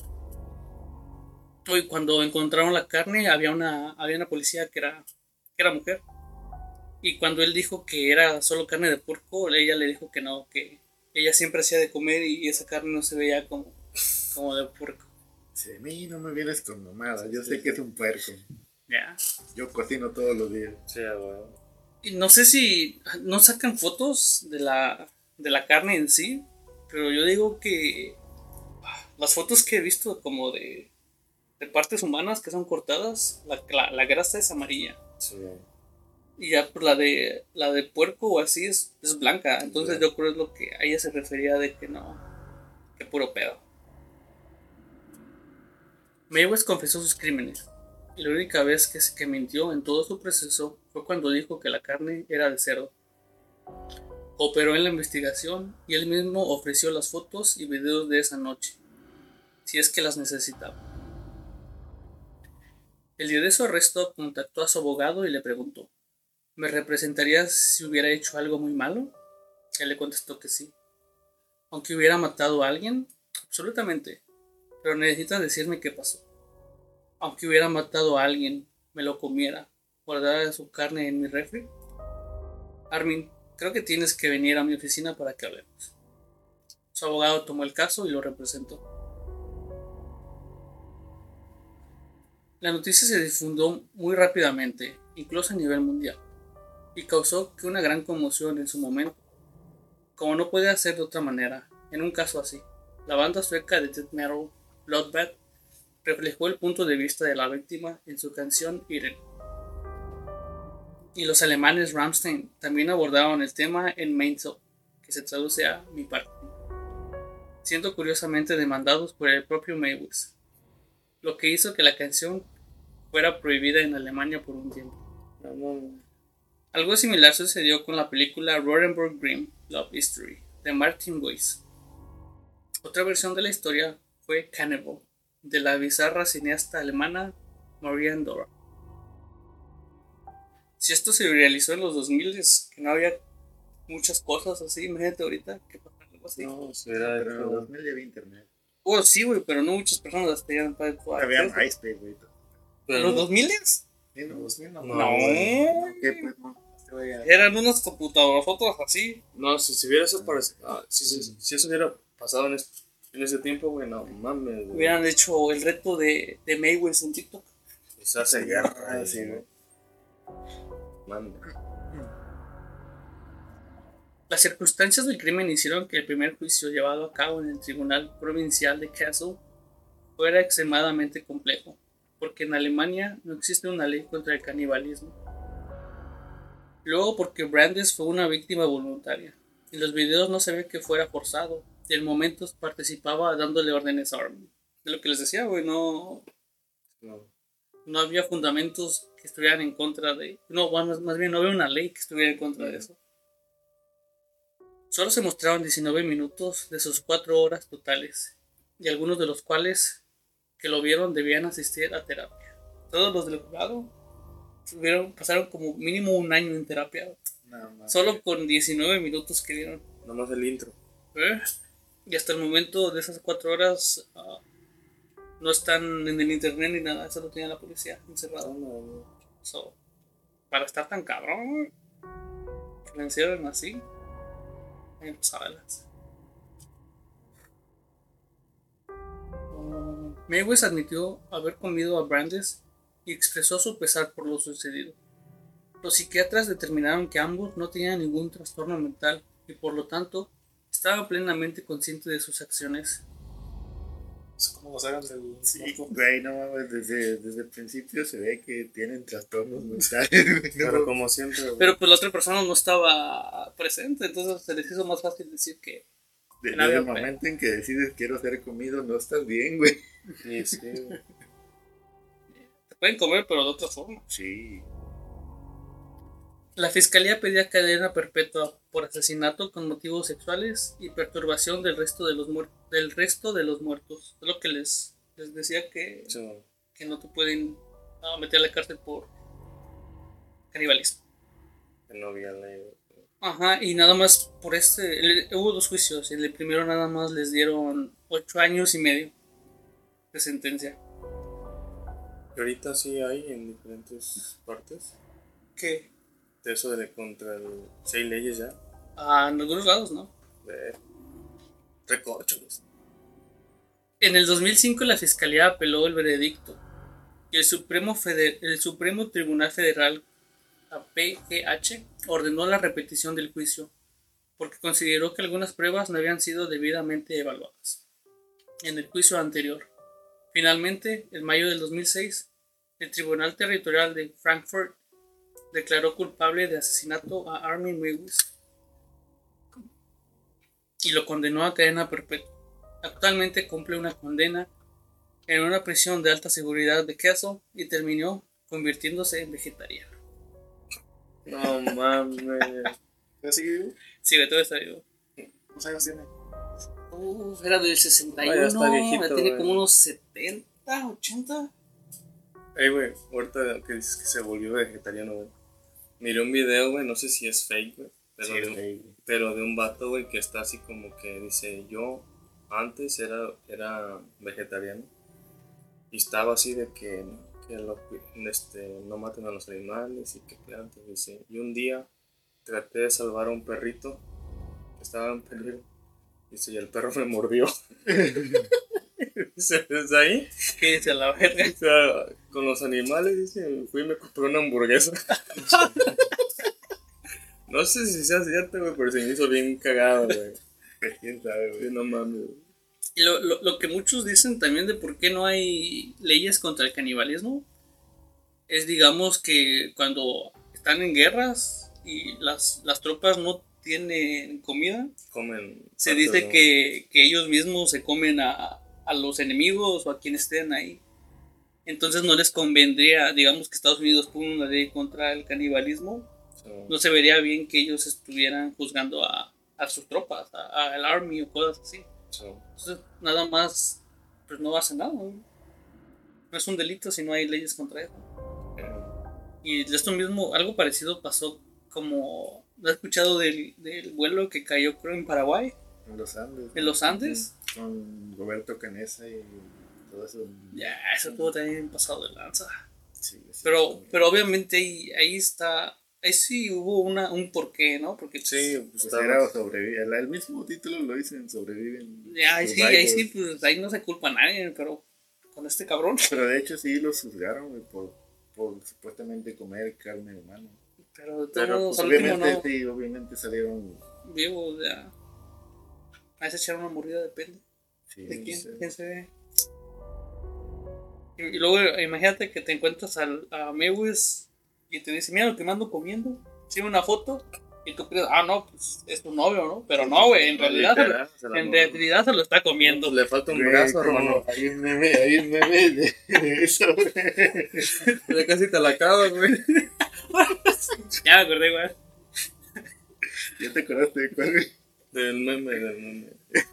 Y cuando encontraron la carne había una policía que era mujer, y cuando él dijo que era solo carne de puerco, ella le dijo que no, que ella siempre hacía de comer y esa carne no se veía como de puerco. Sí, a mí no me vienes con mamadas, yo sé que es un puerco. Ya. Yo cocino todos los días. Sí, bueno. Y no sé si no sacan fotos de la carne en sí, pero yo digo que las fotos que he visto como de partes humanas que son cortadas, la grasa es amarilla. Sí. Y ya pues, la de puerco o así es blanca. Entonces yo creo es lo que a ella se refería de que no, que puro pedo. Mayweather confesó sus crímenes. Y la única vez que mintió en todo su proceso fue cuando dijo que la carne era de cerdo. Cooperó en la investigación y él mismo ofreció las fotos y videos de esa noche, si es que las necesitaba. El día de su arresto contactó a su abogado y le preguntó: ¿me representarías si hubiera hecho algo muy malo? Él le contestó que sí. Aunque hubiera matado a alguien, absolutamente. Pero necesitas decirme qué pasó. Aunque hubiera matado a alguien, me lo comiera, guardara su carne en mi refri. Armin, creo que tienes que venir a mi oficina para que hablemos. Su abogado tomó el caso y lo representó. La noticia se difundió muy rápidamente, incluso a nivel mundial, y causó que una gran conmoción en su momento. Como no puede ser de otra manera, en un caso así, la banda sueca de death metal Bloodbath reflejó el punto de vista de la víctima en su canción Irene. Y los alemanes Rammstein también abordaron el tema en Mainzo, que se traduce a mi parte, siendo curiosamente demandados por el propio Mayweather, lo que hizo que la canción fuera prohibida en Alemania por un tiempo. Algo similar sucedió con la película Rodenburg Grimm Love History de Martin Weiss. Otra versión de la historia fue Cannibal, de la bizarra cineasta alemana Maria Dora. Si esto se realizó en los 2000, es que no había muchas cosas así, imagínate ahorita que pasa algo así. No, será Pero en el 2000 ya había internet. Oh, sí, güey, pero no muchas personas tenían para jugar. Había MySpace, güey. ¿En los 2000? En los 2000 no. No. ¿Qué, pues, no? Eran unas computadoras así. No, si hubiera eso si eso hubiera pasado en ese tiempo, güey, no mames, güey. Hubieran hecho el reto de Mayweather en TikTok. Quizás se guerra, así, güey. Manda. Las circunstancias del crimen hicieron que el primer juicio llevado a cabo en el Tribunal Provincial de Kassel fuera extremadamente complejo, porque en Alemania no existe una ley contra el canibalismo. Luego porque Brandes fue una víctima voluntaria. En los videos no se ve que fuera forzado, y en momentos participaba dándole órdenes a Armin. De lo que les decía, güey, no había fundamentos que estuvieran en contra de... No, más bien no había una ley que estuviera en contra de eso. Solo se mostraron 19 minutos de sus 4 horas totales, y algunos de los cuales que lo vieron debían asistir a terapia. Todos los del jurado pasaron como mínimo un año en terapia. No, solo con 19 minutos que dieron. Nomás el intro. Y hasta el momento de esas 4 horas no están en el internet ni nada. Eso lo tenía la policía encerrado. So, para estar tan cabrón que lo encierren así, me pasaba el lanza. Mayweather admitió haber comido a Brandes y expresó su pesar por lo sucedido. Los psiquiatras determinaron que ambos no tenían ningún trastorno mental y por lo tanto estaban plenamente conscientes de sus acciones. Es como nos hagan del... Sí, güey, no mames, desde el principio se ve que tienen trastornos mentales. Pero como siempre, güey. Pero pues la otra persona no estaba presente, entonces se les hizo más fácil decir que... Desde el momento en que decides quiero ser comido, no estás bien, güey. Sí, güey. Te pueden comer, pero de otra forma. Sí. La fiscalía pedía cadena perpetua por asesinato con motivos sexuales y perturbación del resto de los muertos. Es lo que les decía que no te pueden meter a la cárcel por canibalismo. Que no había ley. Ajá, y nada más por hubo 2 juicios. En el primero nada más les dieron 8 años y medio de sentencia. Y ahorita sí hay en diferentes partes. ¿Qué? De eso contra si hay leyes ya. En algunos lados, ¿no? Recorchones. En el 2005 la fiscalía apeló el veredicto y el Supremo Tribunal Federal, APGH, ordenó la repetición del juicio porque consideró que algunas pruebas no habían sido debidamente evaluadas en el juicio anterior. Finalmente, en mayo del 2006, el Tribunal Territorial de Frankfurt declaró culpable de asesinato a Armin Meiwes y lo condenó a cadena perpetua. Actualmente cumple una condena en una prisión de alta seguridad de Kassel y terminó convirtiéndose en vegetariano. No mames. ¿Ya sigue vivo? Sí, de todo está vivo. ¿Cuántos años tiene? Era del 61, Ah, ya está viejito, ya tiene güey. como unos 70, 80. Ey, güey, ahorita que dices que se volvió vegetariano, güey. Miré un video, güey, no sé si es fake, güey. Pero de un vato, güey, que está así como que dice, yo antes era vegetariano. Y estaba así de que no maten a los animales y que planten, dice. Y un día traté de salvar a un perrito que estaba en peligro. Dice, y el perro me mordió. Dice, desde ahí, ¿Qué dice la verga? o sea, con los animales, dice, fui y me compré una hamburguesa. No sé si sea cierto, güey, pero se me hizo bien cagado, güey. ¿Quién sabe, güey? Sí, no mames, güey. Y lo que muchos dicen también de por qué no hay leyes contra el canibalismo es, digamos, que cuando están en guerras y las tropas no tienen comida, Comen. se patas, dice ¿no? que ellos mismos se comen a los enemigos o a quienes estén ahí. Entonces no les convendría, digamos que Estados Unidos ponga una ley contra el canibalismo. Sí. No se vería bien que ellos estuvieran juzgando a sus tropas, al army o cosas así. Sí. Entonces nada más, pues no hacen nada, ¿no? No es un delito si no hay leyes contra eso. Y de esto mismo, algo parecido pasó como... ¿No has escuchado del vuelo que cayó, creo, en Paraguay? En los Andes. ¿En los Andes? Con Roberto Canessa y todo eso. Ya, eso estuvo también pasado de lanza. Sí, sí. Pero obviamente ahí está... Ahí sí hubo un porqué, ¿no? Porque Sí, pues Pues estaba. era sobrevivir. El mismo título lo dicen, sobreviven. ya, ahí survivors. sí, pues ahí no se culpa a nadie, pero con este cabrón. Pero de hecho sí los juzgaron, güey, por supuestamente comer carne humana. Pero de Pero todos pues, al último obviamente, no sí, obviamente salieron. vivos, ya. Ahí se echaron una mordida, depende. Sí, ¿De quién? sí. ¿Quién se ve? Y luego imagínate que te encuentras a Mewes y te dice, mira lo que me ando comiendo. Tiene una foto y tú crees, no, pues es tu novio, ¿no? Pero no, güey, en realidad Literal, se la en mamó. realidad se lo está comiendo. Le falta un Güey, brazo, como hermano. Hay un meme de eso, güey. Ya casi te la acabas, güey. Ya me acordé, güey. ¿Ya te acordaste de cuál, güey? Del meme.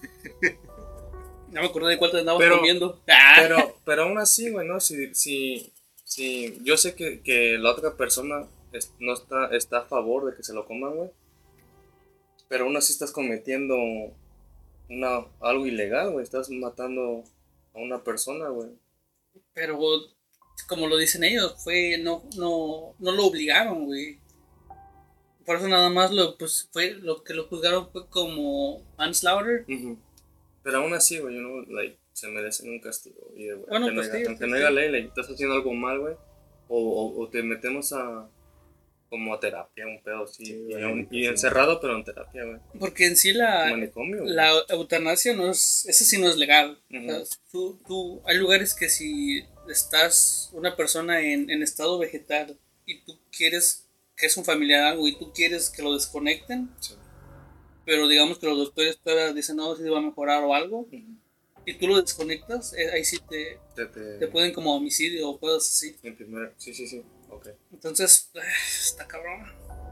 Ya me acordé de cuál te andabas Pero- comiendo. Pero aún así, güey, ¿no? Si yo sé que la otra persona no está a favor de que se lo coman, güey. Pero aún así estás cometiendo algo ilegal, güey. Estás matando a una persona, güey. Pero como lo dicen ellos, no lo obligaron, güey. Por eso nada más fue lo que lo juzgaron fue como manslaughter. Pero aún así, güey, se merecen un castigo. Y, güey, Bueno, aunque pues no haya- sí, aunque sí, no sí. haya ley, estás haciendo algo mal, güey. O te metemos como a terapia, un pedo así. Sí, y güey, sí. encerrado, pero en terapia, güey. Porque en sí Manicomio, güey. la eutanasia esa sí no es legal. Ujú. O sea, hay lugares que si estás una persona en estado vegetal y tú quieres que es un familiar algo y tú quieres que lo desconecten, Sí. pero digamos que los doctores todavía dicen no, si va a mejorar o algo, y tú lo desconectas, ahí sí te pueden como homicidio o cosas así. En primera, sí, ok. Entonces, está cabrón.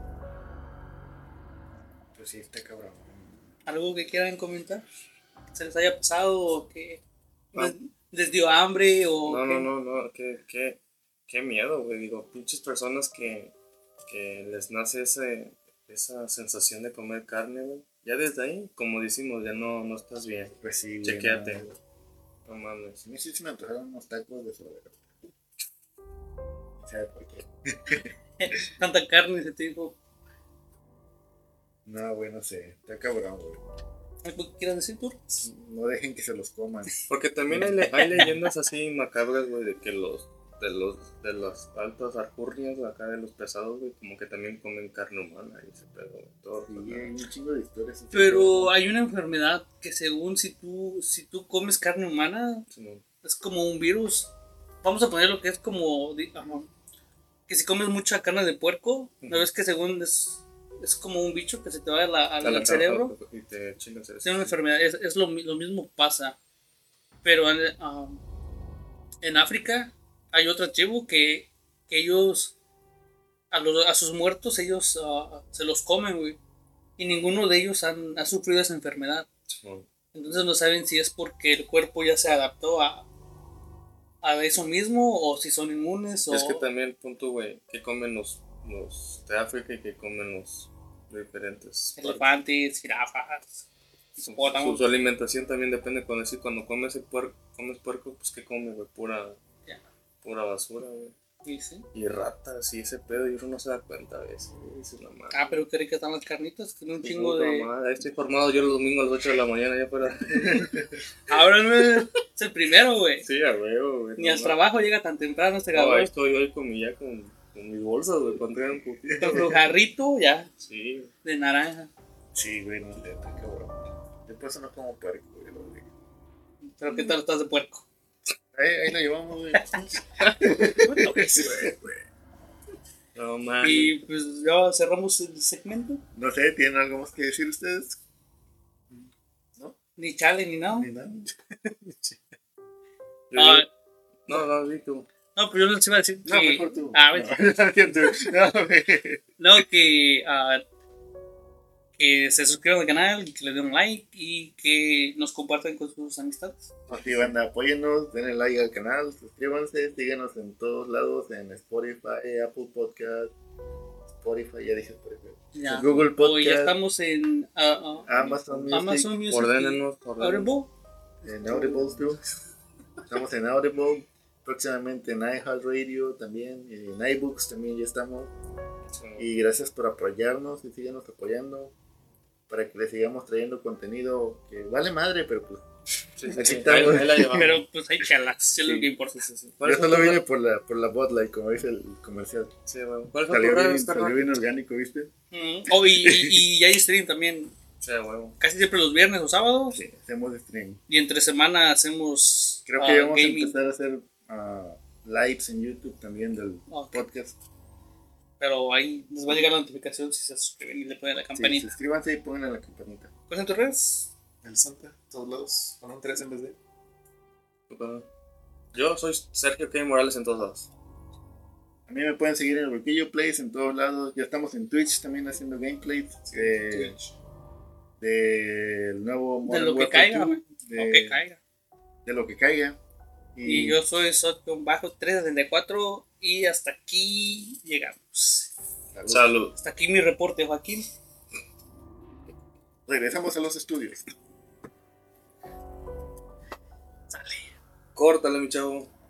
Pues sí, está cabrón. ¿Algo que quieran comentar? ¿Se les haya pasado o que No. les dio hambre o qué? No, qué miedo, güey. Digo, pinches personas que les nace esa sensación de comer carne, güey. Ya desde ahí, como decimos, ya no estás bien. Pues sí, güey. Chequéate. No, No mames. a mí sí se me antojaron unos tacos de suadero. ¿Sabes por qué? Tanta carne se te dijo. No, güey, no sé. Está cabrón, güey. ¿Algo que quieras decir tú? No dejen que se los coman. Porque también hay leyendas así macabras, güey, de que de las altas alcurnias acá de los pesados, güey, como que también comen carne humana y ese pedo, todo. Sí, hay un chingo de historias. Pero hay una enfermedad que según si tú comes carne humana, Sí, no. es como un virus. Vamos a poner lo que es como, que si comes mucha carne de puerco, ¿no ves que según es como un bicho que se te va al cerebro? Y te chingas el Es una enfermedad, es lo mismo pasa. Pero en África hay otra tribu que ellos, a sus muertos, ellos se los comen, güey. Y ninguno de ellos ha sufrido esa enfermedad. Entonces no saben si es porque el cuerpo ya se adaptó a eso mismo o si son inmunes. Es que también el punto, güey, que comen los de África y que comen los diferentes elefantes, jirafas, hipopótamos. Su alimentación también depende. Cuando comes puerco, pues que come, güey, pura basura, güey. ¿Sí? Y ratas y ese pedo, y uno no se da cuenta a veces, güey. Pero qué ricas están las carnitas, tiene un chingo de... Ahí estoy formado yo el domingo a las 8 de la mañana ya para... Ahora no es el primero, güey. Sí, a huevo, güey. Ni al trabajo llega tan temprano este cabrón. Ahí estoy hoy con mis bolsas, güey, cuando traigan un poquito. Con tu jarrito, ya. Sí. De naranja. Sí, güey, no sé, cabrón. Yo por eso no como puerco, güey. Pero ¿qué tal estás de puerco? Ahí la llevamos, güey. No, man. Y pues ya cerramos el segmento. No sé, ¿tienen algo más que decir ustedes? Ni chale ni nada. Ni nada. No, di tú. No, pero yo les iba a decir que... No, mejor tú. No, que se suscriban al canal, que le den un like y que nos compartan con sus amistades. Así, banda, apóyennos, denle like al canal, suscríbanse, síguenos en todos lados, en Spotify, Apple Podcast, ya dije Spotify, Ya. Google Podcast, Ya estamos en Amazon Music, Ordénenos. Audible. en Audible too. Estamos en Audible, próximamente en iHeartRadio también, en iBooks también ya estamos. Y gracias por apoyarnos y síguenos apoyando para que les sigamos trayendo contenido que vale madre, pero pues aquí estamos. Pero pues hay chelas, es lo que importa. Yo solo vine por la Bud Light, como dice el comercial. Sí, bueno. ¿Cuál fue Salió bien orgánico, ¿viste? Y hay stream también. Sí, bueno. Casi siempre los viernes o sábados. Sí, hacemos stream. Y entre semana hacemos Creo que vamos gaming. a empezar a hacer lives en YouTube también del podcast. Pero ahí les va a llegar la notificación si se suscriben y le ponen la campanita. Sí, suscríbanse y pongan la campanita. ¿Cuáles son tus redes? El Santa, todos lados, con un 3 en vez de. Yo soy Sergio K. Morales en todos lados. A mí me pueden seguir en el Burquillo Plays en todos lados. Ya estamos en Twitch también haciendo gameplays del nuevo Modern Warfare 2. De lo que caiga. Y yo soy Sot-364 y hasta aquí llegamos. Salud. Hasta aquí mi reporte, Joaquín. Regresamos a los estudios. Sale. Córtale, mi chavo.